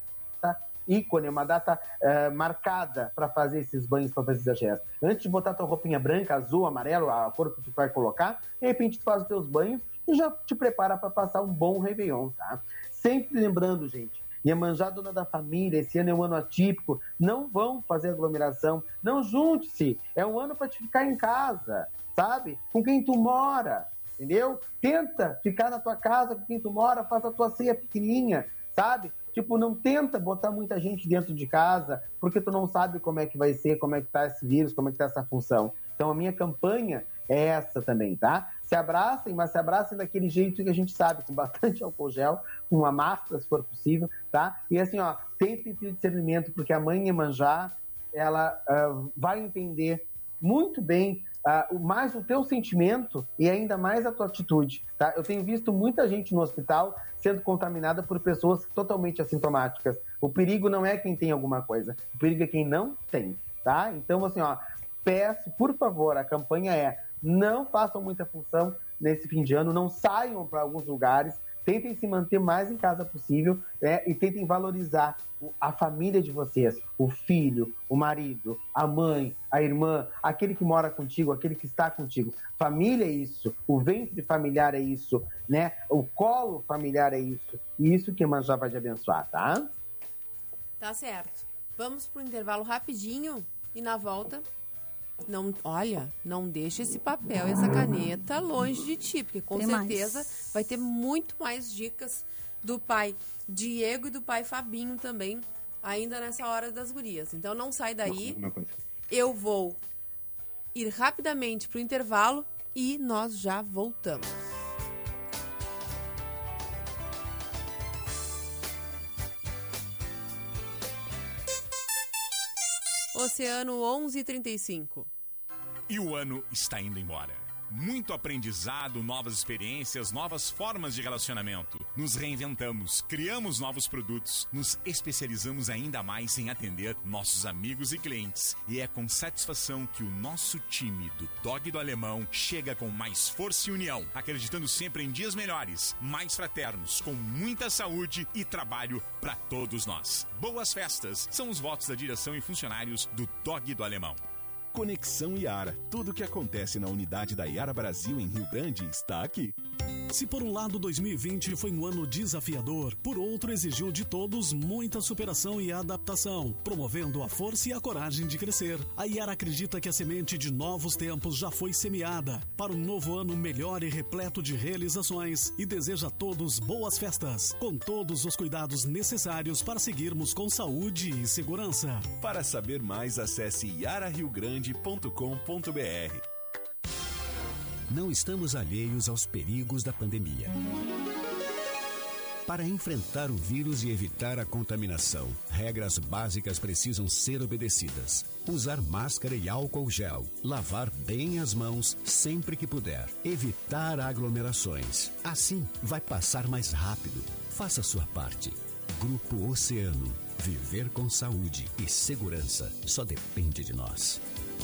ícone, uma data uh, marcada para fazer esses banhos, para fazer esses gestos. Antes de botar tua roupinha branca, azul, amarelo, a cor que tu vai colocar, de repente tu faz os teus banhos e já te prepara para passar um bom Réveillon, tá? Sempre lembrando, gente, Iemanjá, dona da família, esse ano é um ano atípico, não vão fazer aglomeração, não junte-se, é um ano para te ficar em casa, sabe? Com quem tu mora, entendeu? Tenta ficar na tua casa com quem tu mora, faz a tua ceia pequenininha, sabe? Tipo, não tenta botar muita gente dentro de casa, porque tu não sabe como é que vai ser, como é que tá esse vírus, como é que tá essa função. Então, a minha campanha é essa também, tá? Se abracem, mas se abracem daquele jeito que a gente sabe, com bastante álcool gel, com uma máscara, se for possível, tá? E assim, ó, tentem ter discernimento, porque a mãe Iemanjá, ela uh, vai entender muito bem uh, mais o teu sentimento e ainda mais a tua atitude, tá? Eu tenho visto muita gente no hospital sendo contaminada por pessoas totalmente assintomáticas. O perigo não é quem tem alguma coisa, o perigo é quem não tem, tá? Então, assim, ó, peço, por favor, a campanha é: não façam muita função nesse fim de ano, não saiam para alguns lugares, tentem se manter mais em casa possível, né, e tentem valorizar a família de vocês, o filho, o marido, a mãe, a irmã, aquele que mora contigo, aquele que está contigo. Família é isso, o ventre familiar é isso, né? O colo familiar é isso, e isso que Iemanjá vai te abençoar, tá? Tá certo. Vamos pro intervalo rapidinho e na volta... Não, olha, não deixa esse papel e essa caneta longe de ti, porque com Tem certeza mais. vai ter muito mais dicas do pai Diego e do pai Fabinho também, ainda nessa hora das gurias. Então não sai daí, eu vou ir rapidamente pro intervalo e nós já voltamos. Oceano onze e trinta e cinco. E o ano está indo embora. Muito aprendizado, novas experiências, novas formas de relacionamento. Nos reinventamos, criamos novos produtos, nos especializamos ainda mais em atender nossos amigos e clientes. E é com satisfação que o nosso time do Dog do Alemão chega com mais força e união, acreditando sempre em dias melhores, mais fraternos, com muita saúde e trabalho para todos nós. Boas festas são os votos da direção e funcionários do Dog do Alemão. Conexão Iara. Tudo o que acontece na unidade da Iara Brasil em Rio Grande está aqui. Se por um lado dois mil e vinte foi um ano desafiador, por outro exigiu de todos muita superação e adaptação, promovendo a força e a coragem de crescer. A Iara acredita que a semente de novos tempos já foi semeada para um novo ano melhor e repleto de realizações e deseja a todos boas festas, com todos os cuidados necessários para seguirmos com saúde e segurança. Para saber mais, acesse iara rio grande ponto com ponto b r. Não estamos alheios aos perigos da pandemia. Para enfrentar o vírus e evitar a contaminação, regras básicas precisam ser obedecidas. Usar máscara e álcool gel. Lavar bem as mãos sempre que puder. Evitar aglomerações. Assim, vai passar mais rápido. Faça sua parte. Grupo Oceano. Viver com saúde e segurança só depende de nós.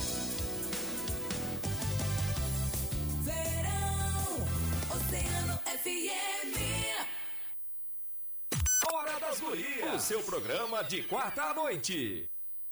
O seu programa de quarta à noite.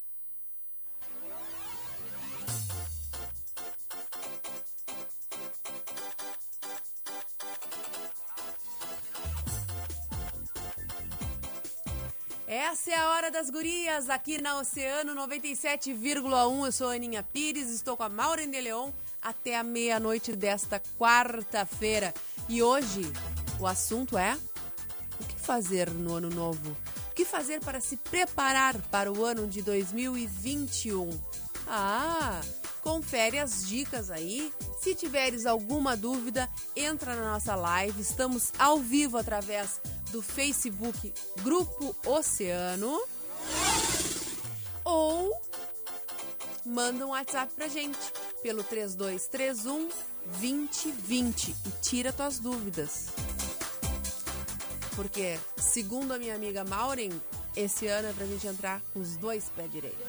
Essa é a Hora das Gurias, aqui na Oceano noventa e sete vírgula um. Eu sou a Aninha Pires, estou com a Maureen de Leon até a meia-noite desta quarta-feira. E hoje o assunto é: o que fazer no ano novo? O que fazer para se preparar para o ano de dois mil e vinte e um? Ah, confere as dicas aí. Se tiveres alguma dúvida, entra na nossa live. Estamos ao vivo através do Facebook Grupo Oceano. Ou manda um WhatsApp pra gente pelo três dois três um, dois zero dois zero e tira tuas dúvidas. Porque, segundo a minha amiga Maureen, esse ano é pra gente entrar com os dois pés direitos.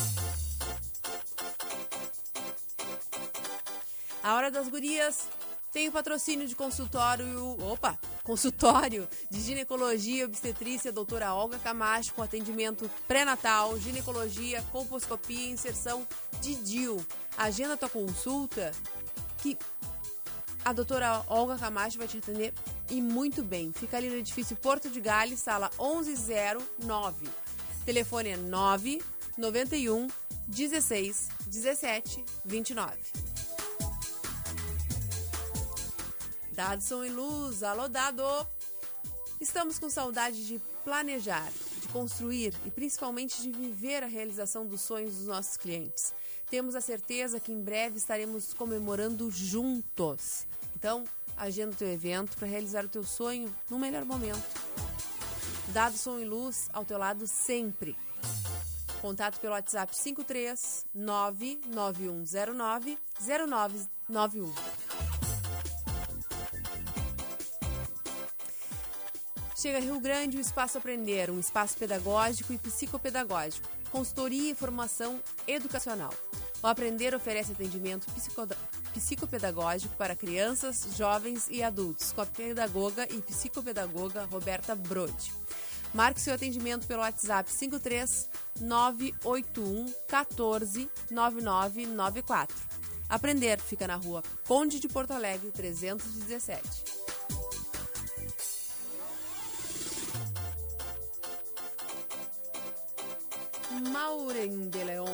A Hora das Gurias tem o patrocínio de consultório, opa, consultório de ginecologia e obstetrícia, doutora Olga Camacho, com atendimento pré-natal, ginecologia, colposcopia e inserção de D I U. Agenda tua consulta que a doutora Olga Camacho vai te atender e muito bem. Fica ali no edifício Porto de Gales, sala onze zero nove. Telefone é nove nove um, dezesseis, dezessete, vinte e nove. Dadson e Luz, alô Dado! Estamos com saudade de planejar, de construir e principalmente de viver a realização dos sonhos dos nossos clientes. Temos a certeza que em breve estaremos comemorando juntos. Então, agenda o teu evento para realizar o teu sonho no melhor momento. Dadson e Luz, ao teu lado sempre. Contato pelo WhatsApp cinco três nove nove um zero nove zero nove nove um. Chega a Rio Grande o Espaço Aprender, um espaço pedagógico e psicopedagógico, consultoria e formação educacional. O Aprender oferece atendimento psicopedagógico para crianças, jovens e adultos, com a pedagoga e psicopedagoga Roberta Brode. Marque seu atendimento pelo WhatsApp cinco três nove oito um, um quatro, nove nove nove quatro. Aprender fica na rua Conde de Porto Alegre, trezentos e dezessete. Maureen de Leon.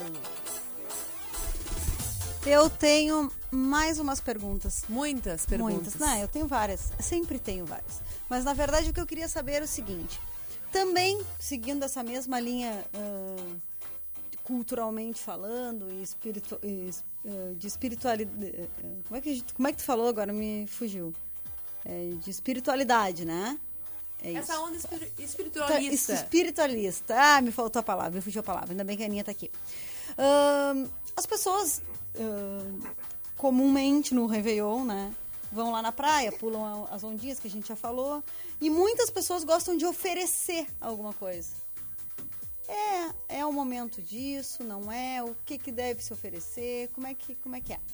Eu tenho mais umas perguntas. Muitas perguntas. Muitas, não, eu tenho várias. Sempre tenho várias. Mas, na verdade, o que eu queria saber é o seguinte. Também, seguindo essa mesma linha uh, culturalmente falando e, espiritu, e uh, de espiritualidade... Uh, como, é que, como é que tu falou agora? Me fugiu. É, de espiritualidade, né? É Essa isso. onda espir- espiritualista. Espiritualista. Ah, me faltou a palavra, me fugiu a palavra. Ainda bem que a Aninha tá aqui. Uh, as pessoas, uh, comumente no Réveillon, né, vão lá na praia, pulam as ondinhas que a gente já falou, e muitas pessoas gostam de oferecer alguma coisa. É, é o momento disso, não é? O que, que deve se oferecer? Como é que, como é que é?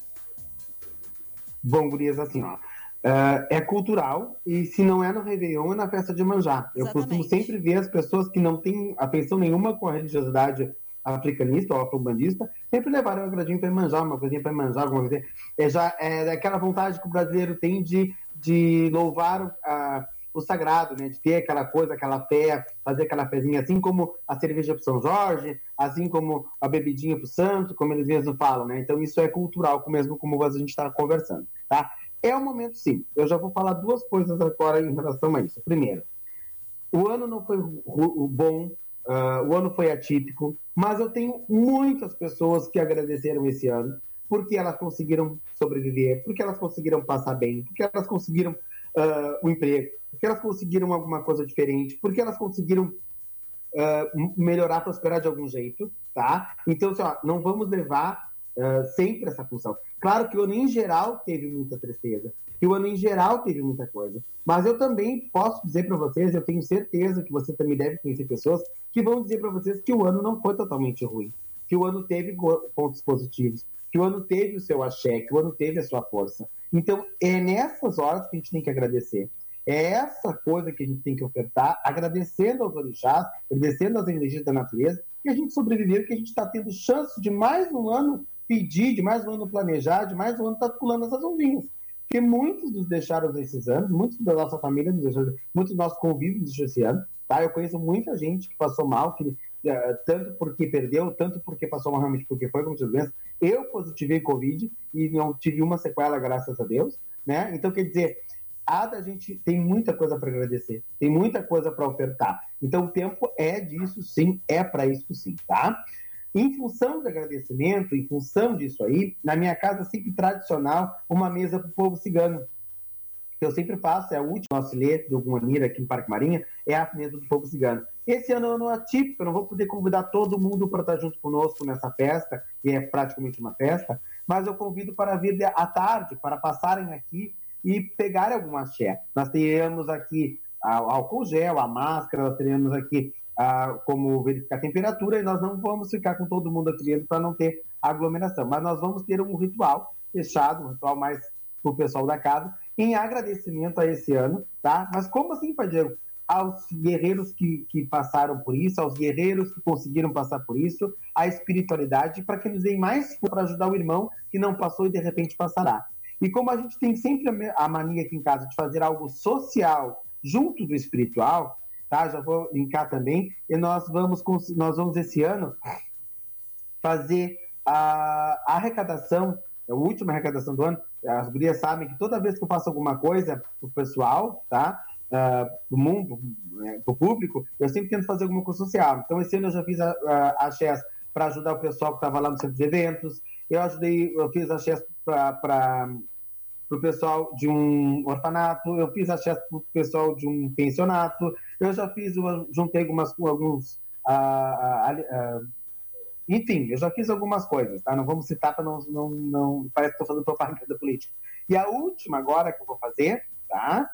Bom, gurias, assim, ó. Uh, é cultural, e se não é no Réveillon, é na festa de Iemanjá. Eu costumo sempre ver as pessoas que não têm afeição nenhuma com a religiosidade africanista ou afro-bandista, sempre levaram um agradinho para Iemanjá, uma coisinha para Iemanjá, alguma coisa. É já é aquela vontade que o brasileiro tem de, de louvar uh, o sagrado, né? De ter aquela coisa, aquela fé, fazer aquela fezinha, assim como a cerveja para São Jorge, assim como a bebidinha para o santo, como eles mesmos falam, né? Então isso é cultural, mesmo como a gente está conversando, tá? É o momento, sim. Eu já vou falar duas coisas agora em relação a isso. Primeiro, o ano não foi bom, uh, o ano foi atípico, mas eu tenho muitas pessoas que agradeceram esse ano, porque elas conseguiram sobreviver, porque elas conseguiram passar bem, porque elas conseguiram uh, um emprego, porque elas conseguiram alguma coisa diferente, porque elas conseguiram uh, melhorar, prosperar de algum jeito, tá? Então, assim, ó, não vamos levar uh, sempre essa função. Claro que o ano em geral teve muita tristeza, que o ano em geral teve muita coisa, mas eu também posso dizer para vocês, eu tenho certeza que você também deve conhecer pessoas que vão dizer para vocês que o ano não foi totalmente ruim, que o ano teve pontos positivos, que o ano teve o seu axé, que o ano teve a sua força. Então, é nessas horas que a gente tem que agradecer. É essa coisa que a gente tem que ofertar, agradecendo aos orixás, agradecendo às energias da natureza, que a gente sobreviveu, que a gente está tendo chance de mais um ano pedir, de mais um ano planejar, de mais um ano estar tá pulando essas ondinhas. Porque muitos nos deixaram esses anos, muitos da nossa família nos deixaram, muitos dos nossos convívios nos deixaram esse ano. Tá? Eu conheço muita gente que passou mal, que, uh, tanto porque perdeu, tanto porque passou mal realmente porque foi com muitas doenças. Eu positivei Covid e não tive uma sequela, graças a Deus. Né? Então, quer dizer, há da gente tem muita coisa para agradecer, tem muita coisa para ofertar. Então o tempo é disso sim, é para isso sim, tá? Em função do agradecimento, em função disso aí, na minha casa sempre tradicional, uma mesa para o povo cigano. Que eu sempre faço, é a última auxiliar do Guanira aqui no Parque Marinha, é a mesa do povo cigano. Esse ano é um ano atípico, eu não vou poder convidar todo mundo para estar junto conosco nessa festa, que é praticamente uma festa, mas eu convido para vir à tarde, para passarem aqui e pegarem alguma axé. Nós teremos aqui álcool gel, a máscara, nós teremos aqui ah, como verificar a temperatura, e nós não vamos ficar com todo mundo aqui dentro para não ter aglomeração, mas nós vamos ter um ritual fechado, um ritual mais para o pessoal da casa, em agradecimento a esse ano, tá? Mas como assim, Pai Diego? Aos guerreiros que, que passaram por isso, aos guerreiros que conseguiram passar por isso, a espiritualidade, para que nos deem mais para ajudar o irmão que não passou e de repente passará. E como a gente tem sempre a mania aqui em casa de fazer algo social junto do espiritual, tá? Já vou linkar também, e nós vamos, nós vamos esse ano fazer a, a arrecadação, a última arrecadação do ano. As gurias sabem que toda vez que eu faço alguma coisa pro pessoal, tá? Uh, pro mundo, né, pro público, eu sempre tento fazer alguma coisa social. Então, esse ano eu já fiz a, a, a Chess para ajudar o pessoal que estava lá no centro de eventos. Eu ajudei, eu fiz a Chess para o pessoal de um orfanato. Eu fiz a Chess para o pessoal de um pensionato. Eu já fiz, eu juntei algumas, alguns... Uh, uh, uh, Enfim, eu já fiz algumas coisas, tá? Não vamos citar para não, não, não... Parece que estou fazendo propaganda política. E a última agora que eu vou fazer, tá?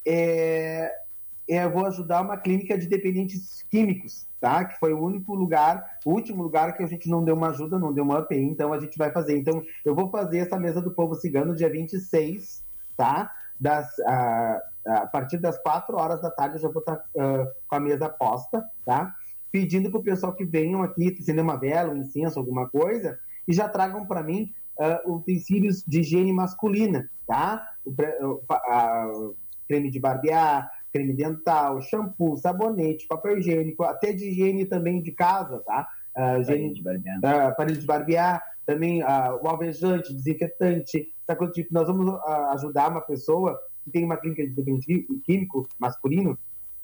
É... é... Eu vou ajudar uma clínica de dependentes químicos, tá? Que foi o único lugar, o último lugar que a gente não deu uma ajuda, não deu uma U P I, então a gente vai fazer. Então, eu vou fazer essa mesa do povo cigano dia vinte e seis, tá? Das, a, a partir das quatro horas da tarde eu já vou estar uh, com a mesa posta, tá? Pedindo para o pessoal que venham aqui acender uma vela, um incenso, alguma coisa, e já tragam para mim uh, utensílios de higiene masculina, tá? O, o, a, o creme de barbear, creme dental, shampoo, sabonete, papel higiênico, até de higiene também de casa, tá? Uh, higiene, de barbear. Uh, aparelho de barbear, também uh, o alvejante, desinfetante, essa coisa tipo. Nós vamos uh, ajudar uma pessoa que tem uma clínica de dependente químico masculino.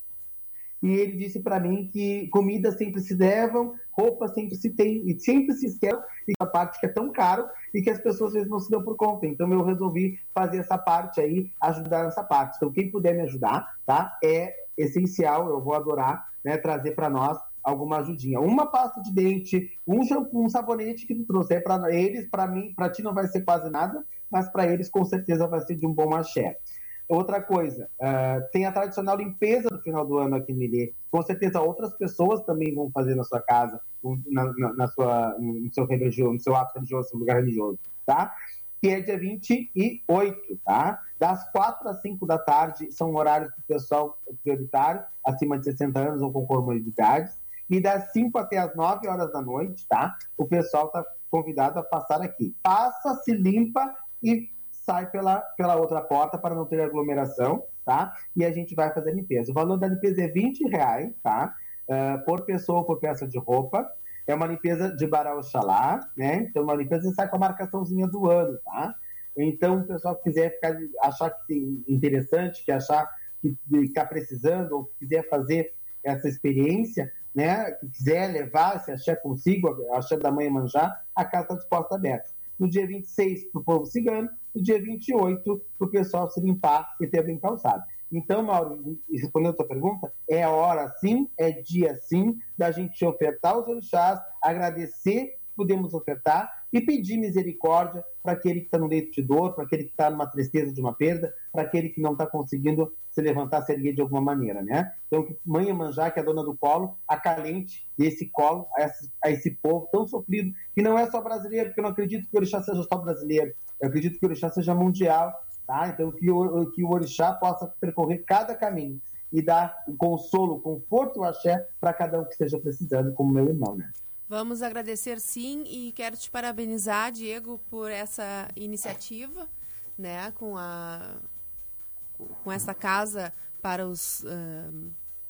E ele disse para mim que comida sempre se levam, roupa sempre se tem, e sempre se esquece, e a parte que é tão caro e que as pessoas às vezes não se dão por conta. Então eu resolvi fazer essa parte aí, ajudar nessa parte. Então quem puder me ajudar, tá? É essencial, eu vou adorar, né, trazer para nós alguma ajudinha. Uma pasta de dente, um shampoo, um sabonete que tu trouxer para eles, para mim, para ti não vai ser quase nada, mas para eles com certeza vai ser de um bom axé. Outra coisa, uh, tem a tradicional limpeza do final do ano aqui em Milê. Com certeza outras pessoas também vão fazer na sua casa, na, na, na sua, no seu religioso, no seu ato religioso, no seu lugar religioso, tá? Que é dia vinte e oito, tá? Das quatro às cinco da tarde são horários do pessoal prioritário, acima de sessenta anos ou com comorbidades. E das cinco até as nove horas da noite, tá? O pessoal tá convidado a passar aqui. Passa, se limpa e sai pela, pela outra porta para não ter aglomeração, tá? E a gente vai fazer a limpeza. O valor da limpeza é vinte reais, tá? Uh, por pessoa ou por peça de roupa. É uma limpeza de Bará Oxalá, né? Então, uma limpeza sai com a marcaçãozinha do ano, tá? Então, o pessoal que quiser ficar, achar que é interessante, que achar que está precisando, ou que quiser fazer essa experiência, né? Que quiser levar, se achar consigo, achar da mãe manjar, a casa está de porta aberta. No dia vinte e seis, para o povo cigano, no dia vinte e oito, para o pessoal se limpar e ter bem calçado. Então, Mauro, respondendo a tua pergunta, é hora sim, é dia sim, da gente ofertar os orixás, agradecer, podemos ofertar, e pedir misericórdia para aquele que está no leito de dor, para aquele que está numa tristeza de uma perda, para aquele que não está conseguindo se levantar, se erguer de alguma maneira, né? Então, que Mãe Iemanjá, que é a dona do colo, acalente esse colo a esse, a esse povo tão sofrido, que não é só brasileiro, porque eu não acredito que o orixá seja só brasileiro, eu acredito que o orixá seja mundial, tá? Então, que o, que o orixá possa percorrer cada caminho e dar um consolo, conforto, axé para cada um que esteja precisando, como meu irmão, né? Vamos agradecer sim e quero te parabenizar, Diego, por essa iniciativa, né, com a com essa casa para os uh,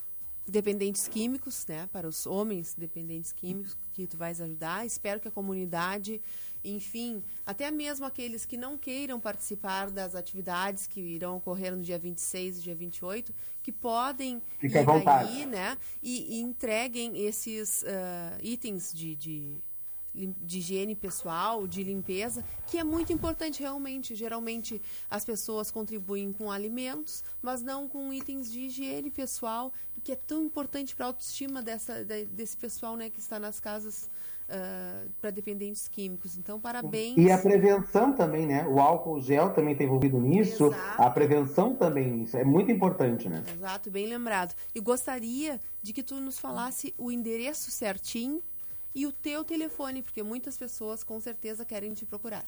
dependentes químicos, né? Para os homens dependentes químicos que tu vais ajudar. Espero que a comunidade, enfim, até mesmo aqueles que não queiram participar das atividades que irão ocorrer no dia vinte e seis e dia vinte e oito, que podem Fica ir à vontade. aí, né? E, e entreguem esses uh, itens de, de, de higiene pessoal, de limpeza, que é muito importante realmente. Geralmente as pessoas contribuem com alimentos, mas não com itens de higiene pessoal, que é tão importante para a autoestima dessa, desse pessoal, né, que está nas casas uh, para dependentes químicos. Então, parabéns. E a prevenção também, né? O álcool gel também está envolvido nisso. Exato. A prevenção também, isso é muito importante, né? Exato, bem lembrado. E gostaria de que tu nos falasse o endereço certinho e o teu telefone, porque muitas pessoas com certeza querem te procurar.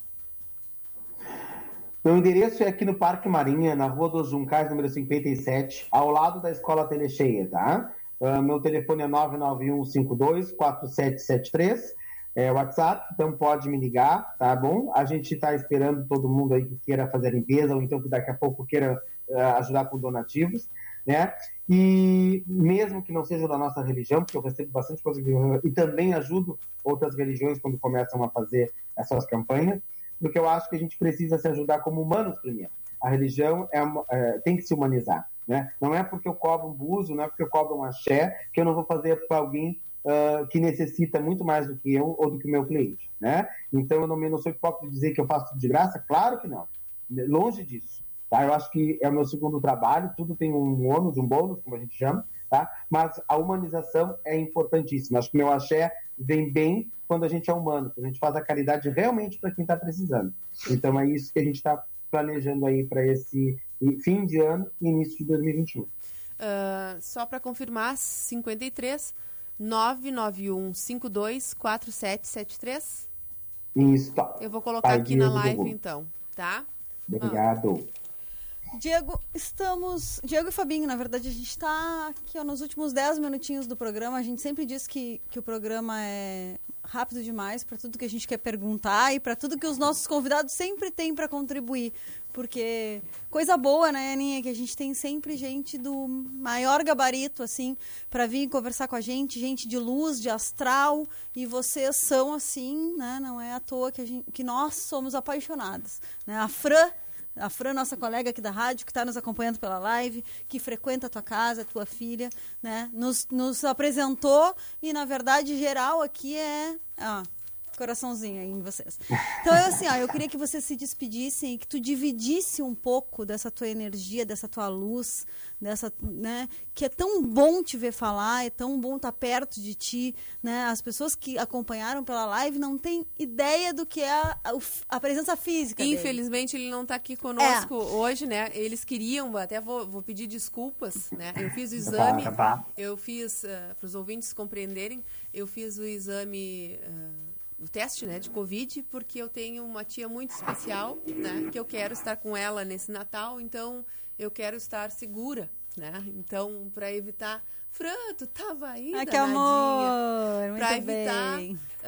Meu endereço é aqui no Parque Marinha, na Rua dos Juncais, número cinquenta e sete, ao lado da Escola Telecheia, tá? Uh, meu telefone é nove nove um cinco dois quatro sete sete três, é WhatsApp, então pode me ligar, tá bom? A gente está esperando todo mundo aí que queira fazer a limpeza, ou então que daqui a pouco queira uh, ajudar com donativos, né? E mesmo que não seja da nossa religião, porque eu recebo bastante coisa e também ajudo outras religiões quando começam a fazer essas campanhas, porque eu acho que a gente precisa se ajudar como humanos primeiro. A religião é, é, tem que se humanizar, né? Não é porque eu cobro um búzio, não é porque eu cobro um axé, que eu não vou fazer para alguém uh, que necessita muito mais do que eu ou do que o meu cliente, né? Então eu não, eu não sou hipócrita de dizer que eu faço tudo de graça, claro que não. Longe disso, tá? Eu acho que é o meu segundo trabalho, tudo tem um ônus, um bônus, como a gente chama, tá? Mas a humanização é importantíssima. Acho que o meu axé vem bem quando a gente é humano, quando a gente faz a caridade realmente para quem está precisando. Então é isso que a gente está planejando aí para esse fim de ano e início de dois mil e vinte e um. Uh, só para confirmar, cinquenta e três, nove nove um cinco dois quatro sete sete três? Isso, tá. Eu vou colocar Pai aqui na Diego live, Google. então, tá? Obrigado. Ah. Diego, estamos... Diego e Fabinho, na verdade, a gente está aqui ó, nos últimos dez minutinhos do programa. A gente sempre diz que, que o programa é rápido demais para tudo que a gente quer perguntar e para tudo que os nossos convidados sempre têm para contribuir. Porque coisa boa, né, Aninha, que a gente tem sempre gente do maior gabarito, assim, para vir conversar com a gente, gente de luz, de astral, e vocês são assim, né, não é à toa que, a gente, que nós somos apaixonados, né? A Fran... A Fran, nossa colega aqui da rádio, que está nos acompanhando pela live, que frequenta a tua casa, a tua filha, né? Nos, nos apresentou e, na verdade, geral aqui é... Ó, coraçãozinho aí em vocês. Então, eu, assim, ó, eu queria que vocês se despedissem e que tu dividisse um pouco dessa tua energia, dessa tua luz, dessa, né? Que é tão bom te ver falar, é tão bom estar perto de ti, né? As pessoas que acompanharam pela live não têm ideia do que é a, a, a presença física dele. Infelizmente, ele não está aqui conosco é. hoje, né? Eles queriam, até vou, vou pedir desculpas, né? Eu fiz o exame, eu fiz, uh, para os ouvintes compreenderem, eu fiz o exame... Uh, o teste, né, de Covid, porque eu tenho uma tia muito especial, né, que eu quero estar com ela nesse Natal, então eu quero estar segura, né, então para evitar, Fran, tu tava aí, ah, que amor, para evitar,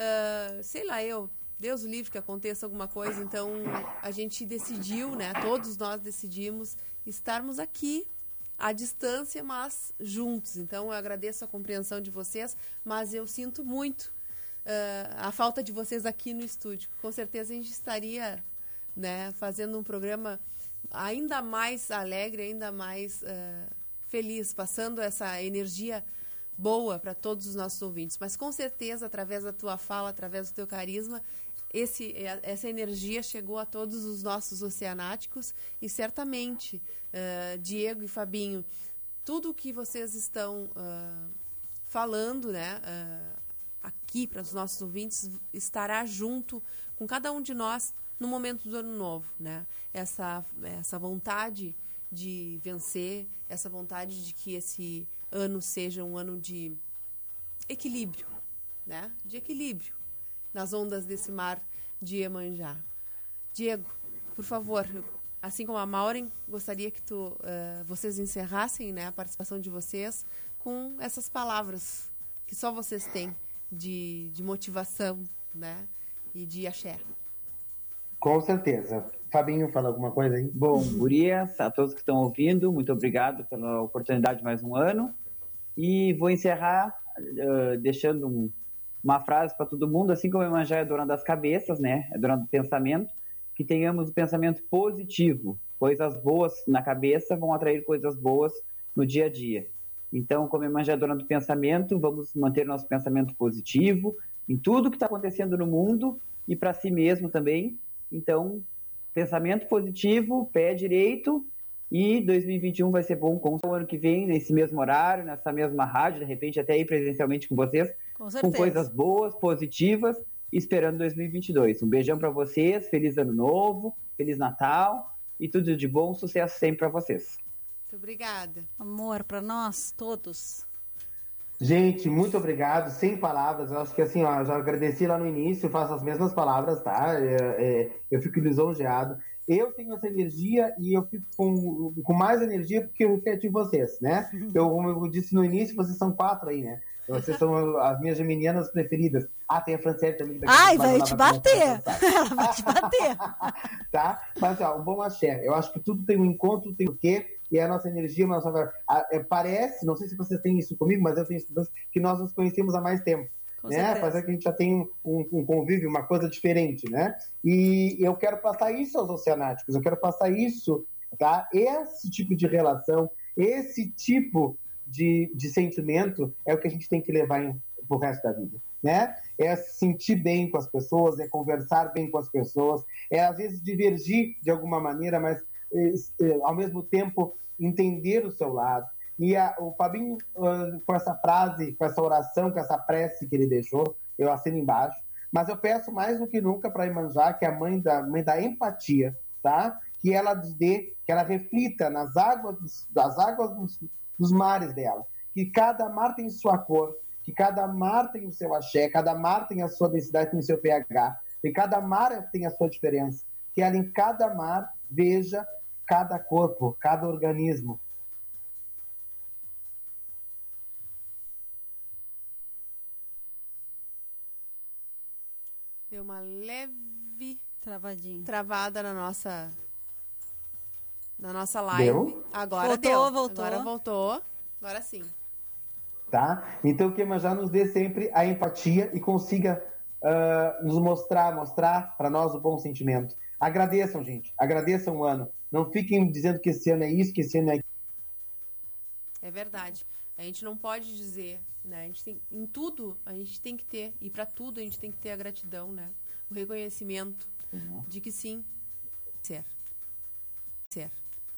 uh, sei lá, eu, Deus o livre que aconteça alguma coisa, então a gente decidiu, né, todos nós decidimos estarmos aqui à distância, mas juntos, então eu agradeço a compreensão de vocês, mas eu sinto muito Uh, a falta de vocês aqui no estúdio. Com certeza a gente estaria, né, fazendo um programa ainda mais alegre, ainda mais uh, feliz, passando essa energia boa para todos os nossos ouvintes. Mas com certeza, através da tua fala, através do teu carisma, esse, essa energia chegou a todos os nossos oceanáticos e certamente, uh, Diego e Fabinho, tudo que vocês estão uh, falando, né, uh, aqui para os nossos ouvintes, estará junto com cada um de nós no momento do ano novo, né? Essa, essa vontade de vencer, essa vontade de que esse ano seja um ano de equilíbrio, né? De equilíbrio nas ondas desse mar de Iemanjá. Diego, por favor, assim como a Maureen, gostaria que tu, uh, vocês encerrassem, né, a participação de vocês com essas palavras que só vocês têm De, de motivação, né? E de axé. Com certeza. Fabinho, fala alguma coisa aí? Bom, gurias, a todos que estão ouvindo, muito obrigado pela oportunidade de mais um ano. E vou encerrar uh, deixando um, uma frase para todo mundo, assim como a Iemanjá é dona das cabeças, né? É dona do pensamento, que tenhamos o pensamento positivo. Coisas boas na cabeça vão atrair coisas boas no dia a dia. Então, como Iemanjá é dona do pensamento, vamos manter nosso pensamento positivo em tudo que está acontecendo no mundo e para si mesmo também. Então, pensamento positivo, pé direito, e dois mil e vinte e um vai ser bom com o ano que vem, nesse mesmo horário, nessa mesma rádio, de repente até ir presencialmente com vocês, Com certeza. com coisas boas, positivas, esperando dois mil e vinte e dois. Um beijão para vocês, feliz ano novo, feliz Natal e tudo de bom, sucesso sempre para vocês. Muito obrigada. Amor para nós todos. Gente, muito obrigado, sem palavras. Eu acho que assim, ó, já agradeci lá no início, faço as mesmas palavras, tá? É, é, eu fico lisonjeado. Eu tenho essa energia e eu fico com, com mais energia porque eu refleti em vocês, né? Eu, como eu disse no início, vocês são quatro aí, né? Vocês são as minhas geminianas preferidas. Ah, tem a Franciele também. Ai, vai te bater. Ela vai te bater. Tá? Mas, ó, um bom axé. Eu acho que tudo tem um encontro, tem o quê? E a nossa energia, a nossa... a, é, parece, não sei se vocês têm isso comigo, mas eu tenho isso, que nós nos conhecemos há mais tempo. Com né? certeza. Parece que a gente já tem um, um convívio, uma coisa diferente, né? E eu quero passar isso aos oceanáticos, eu quero passar isso, tá? Esse tipo de relação, esse tipo de, de sentimento é o que a gente tem que levar em, pro resto da vida, né? É se sentir bem com as pessoas, é conversar bem com as pessoas, é às vezes divergir de alguma maneira, mas ao mesmo tempo entender o seu lado. E a, o Fabinho, uh, com essa frase, com essa oração, com essa prece que ele deixou, eu assino embaixo, mas eu peço mais do que nunca para a Iemanjá, que é a mãe da, mãe da empatia, tá? Que ela dê, que ela reflita nas águas, dos, das águas dos, dos mares dela, que cada mar tem sua cor, que cada mar tem o seu axé, cada mar tem a sua densidade, tem o seu pH, e cada mar tem a sua diferença, que ela em cada mar veja cada corpo, cada organismo. Deu uma leve Travadinho. travada na nossa na nossa live. Deu? Agora Voltou, deu. voltou. Agora voltou. Agora sim. Tá? Então que a Iemanjá nos dê sempre a empatia e consiga uh, nos mostrar, mostrar para nós o bom sentimento. Agradeçam, gente. Agradeçam o ano. Não fiquem dizendo que esse ano é isso, que esse ano é aquilo. É verdade. A gente não pode dizer, né? A gente tem, em tudo a gente tem que ter, e para tudo a gente tem que ter a gratidão, né? O reconhecimento uhum. de que sim, ser. Ser.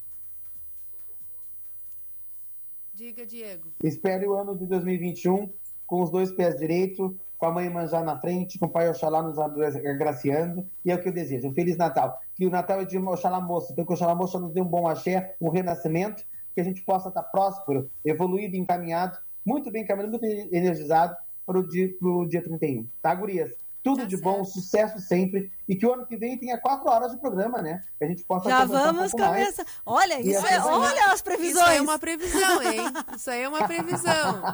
Diga, Diego. Espere o ano de dois mil e vinte e um com os dois pés direitos, com a mãe Iemanjá na frente, com o pai Oxalá nos agraciando, e é o que eu desejo. Um Feliz Natal. Que o Natal é de Oxalá Moça, então que o Oxalá Moça nos dê um bom axé, um renascimento, que a gente possa estar próspero, evoluído, encaminhado, muito bem encaminhado, muito energizado para o dia, pro dia trinta e um. Tá, gurias? Tudo Tá de certo. bom, sucesso sempre, e que o ano que vem tenha quatro horas de programa, né? Que a gente possa Já conversar um vamos pouco mais. começar. Olha, E isso essa é, vai- olha as Isso previsões. aí é uma previsão, hein? Isso aí é uma previsão.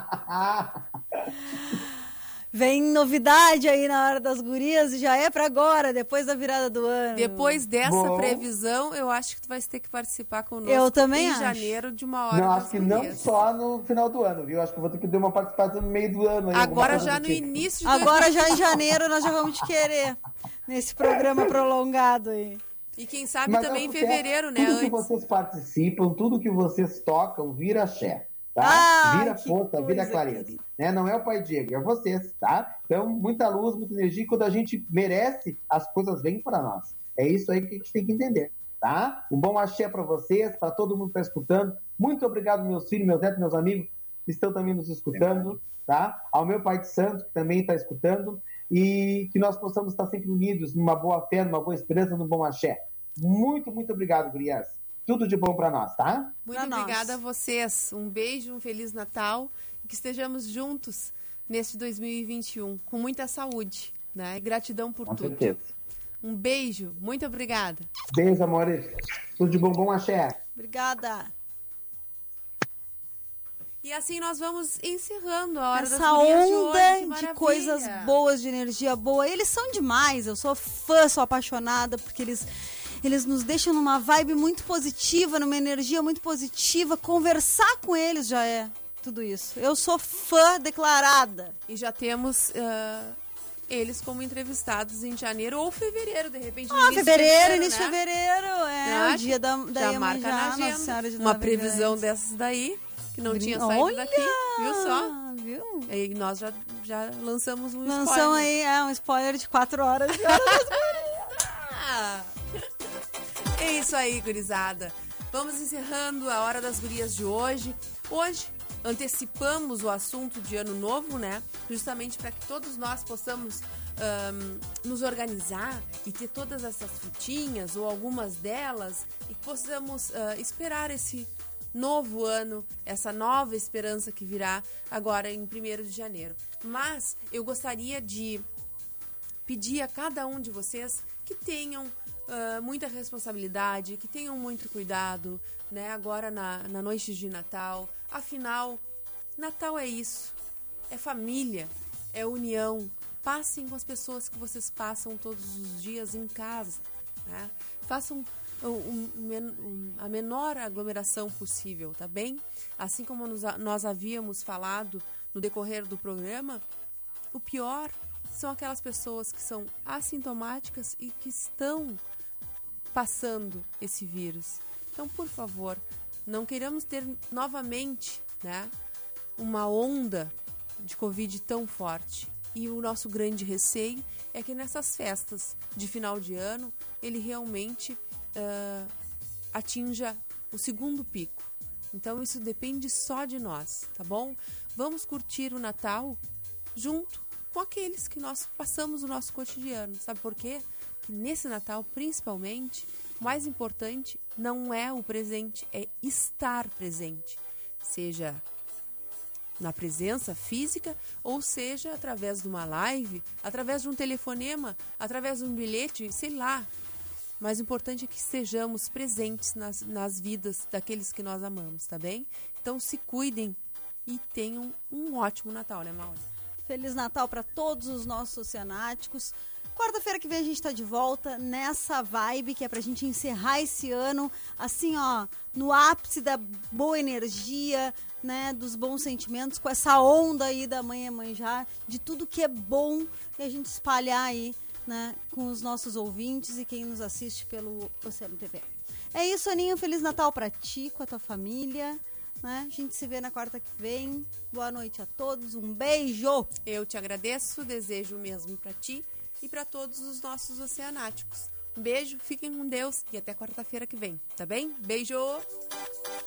Vem novidade aí na hora das gurias e já é pra agora, depois da virada do ano. Depois dessa Bom. previsão, eu acho que tu vai ter que participar conosco Eu também em acho. janeiro de uma hora Não, das acho que não gurias. só no final do ano, viu? Acho que eu vou ter que ter uma participação no meio do ano. aí, alguma Agora coisa já do no tipo. início de Agora já em janeiro nós já vamos te querer nesse programa prolongado aí. E quem sabe Mas também é em porque fevereiro, né? Tudo que Antes. vocês participam, tudo que vocês tocam, vira axé, tá? Ah, vira que força, vira coisa, clareza. querido. Né? Não é o Pai Diego, é vocês, tá? Então, muita luz, muita energia. E quando a gente merece, as coisas vêm para nós. É isso aí que a gente tem que entender, tá? Um bom axé para vocês, para todo mundo que está escutando. Muito obrigado, meus filhos, meus netos, meus amigos, que estão também nos escutando, tá? Ao meu Pai de Santo, que também está escutando. E que nós possamos estar sempre unidos, numa boa fé, numa boa esperança, num bom axé. Muito, muito obrigado, gurias. Tudo de bom para nós, tá? Muito Pra nós. obrigada a vocês. Um beijo, um Feliz Natal. E que estejamos juntos neste dois mil e vinte e um, com muita saúde, né? E gratidão por Com tudo. certeza. Um beijo, muito obrigada. Beijo, amores. Tudo de bom, bom axé. Obrigada. E assim nós vamos encerrando a hora das Essa gurias de onda hoje. Que de, maravilha. coisas boas, de energia boa. Eles são demais. Eu sou fã, sou apaixonada, porque eles, eles nos deixam numa vibe muito positiva, numa energia muito positiva. Conversar com eles já é. tudo isso. Eu sou fã declarada. E já temos uh, eles como entrevistados em janeiro ou fevereiro, de repente. Ah, fevereiro, início de né? fevereiro. É, o dia da, da já Iemanjá, marca na agenda. Nossa Senhora de Uma Nova previsão Grandes. dessas daí, que não Brin- tinha saído Olha! daqui. Viu só? Viu? E nós já, já lançamos um Lançam spoiler. aí, é, um spoiler de quatro horas. Ah! É isso aí, gurizada. Vamos encerrando a Hora das Gurias de hoje. Hoje, antecipamos o assunto de Ano Novo, né? Justamente para que todos nós possamos um, nos organizar e ter todas essas frutinhas ou algumas delas e possamos uh, esperar esse novo ano, essa nova esperança que virá agora em primeiro de janeiro. Mas eu gostaria de pedir a cada um de vocês que tenham uh, muita responsabilidade, que tenham muito cuidado, né? Agora na, na noite de Natal. Afinal, Natal é isso, é família, é união. Passem com as pessoas que vocês passam todos os dias em casa, né? Façam um, um, um, a menor aglomeração possível, tá bem? Assim como nos, nós havíamos falado no decorrer do programa, o pior são aquelas pessoas que são assintomáticas e que estão passando esse vírus. Então, por favor, não queiramos ter novamente, né, uma onda de Covid tão forte. E o nosso grande receio é que nessas festas de final de ano, ele realmente uh, atinja o segundo pico. Então, isso depende só de nós, tá bom? Vamos curtir o Natal junto com aqueles que nós passamos o nosso cotidiano. Sabe por quê? Que nesse Natal, principalmente, o mais importante não é o presente, é estar presente. Seja na presença física, ou seja, através de uma live, através de um telefonema, através de um bilhete, sei lá. Mas o importante é que estejamos presentes nas, nas vidas daqueles que nós amamos, tá bem? Então se cuidem e tenham um ótimo Natal, né, Maura? Feliz Natal para todos os nossos oceanáticos. Quarta-feira que vem a gente tá de volta nessa vibe que é pra gente encerrar esse ano, assim, ó, no ápice da boa energia, né, dos bons sentimentos, com essa onda aí da Mãe Iemanjá, de tudo que é bom e a gente espalhar aí, né, com os nossos ouvintes e quem nos assiste pelo Oceano T V. É isso, Aninho, Feliz Natal pra ti, com a tua família, né? A gente se vê na quarta que vem. Boa noite a todos, um beijo! Eu te agradeço, desejo o mesmo pra ti e para todos os nossos oceanáticos. Um beijo, fiquem com Deus e até quarta-feira que vem, tá bem? Beijo!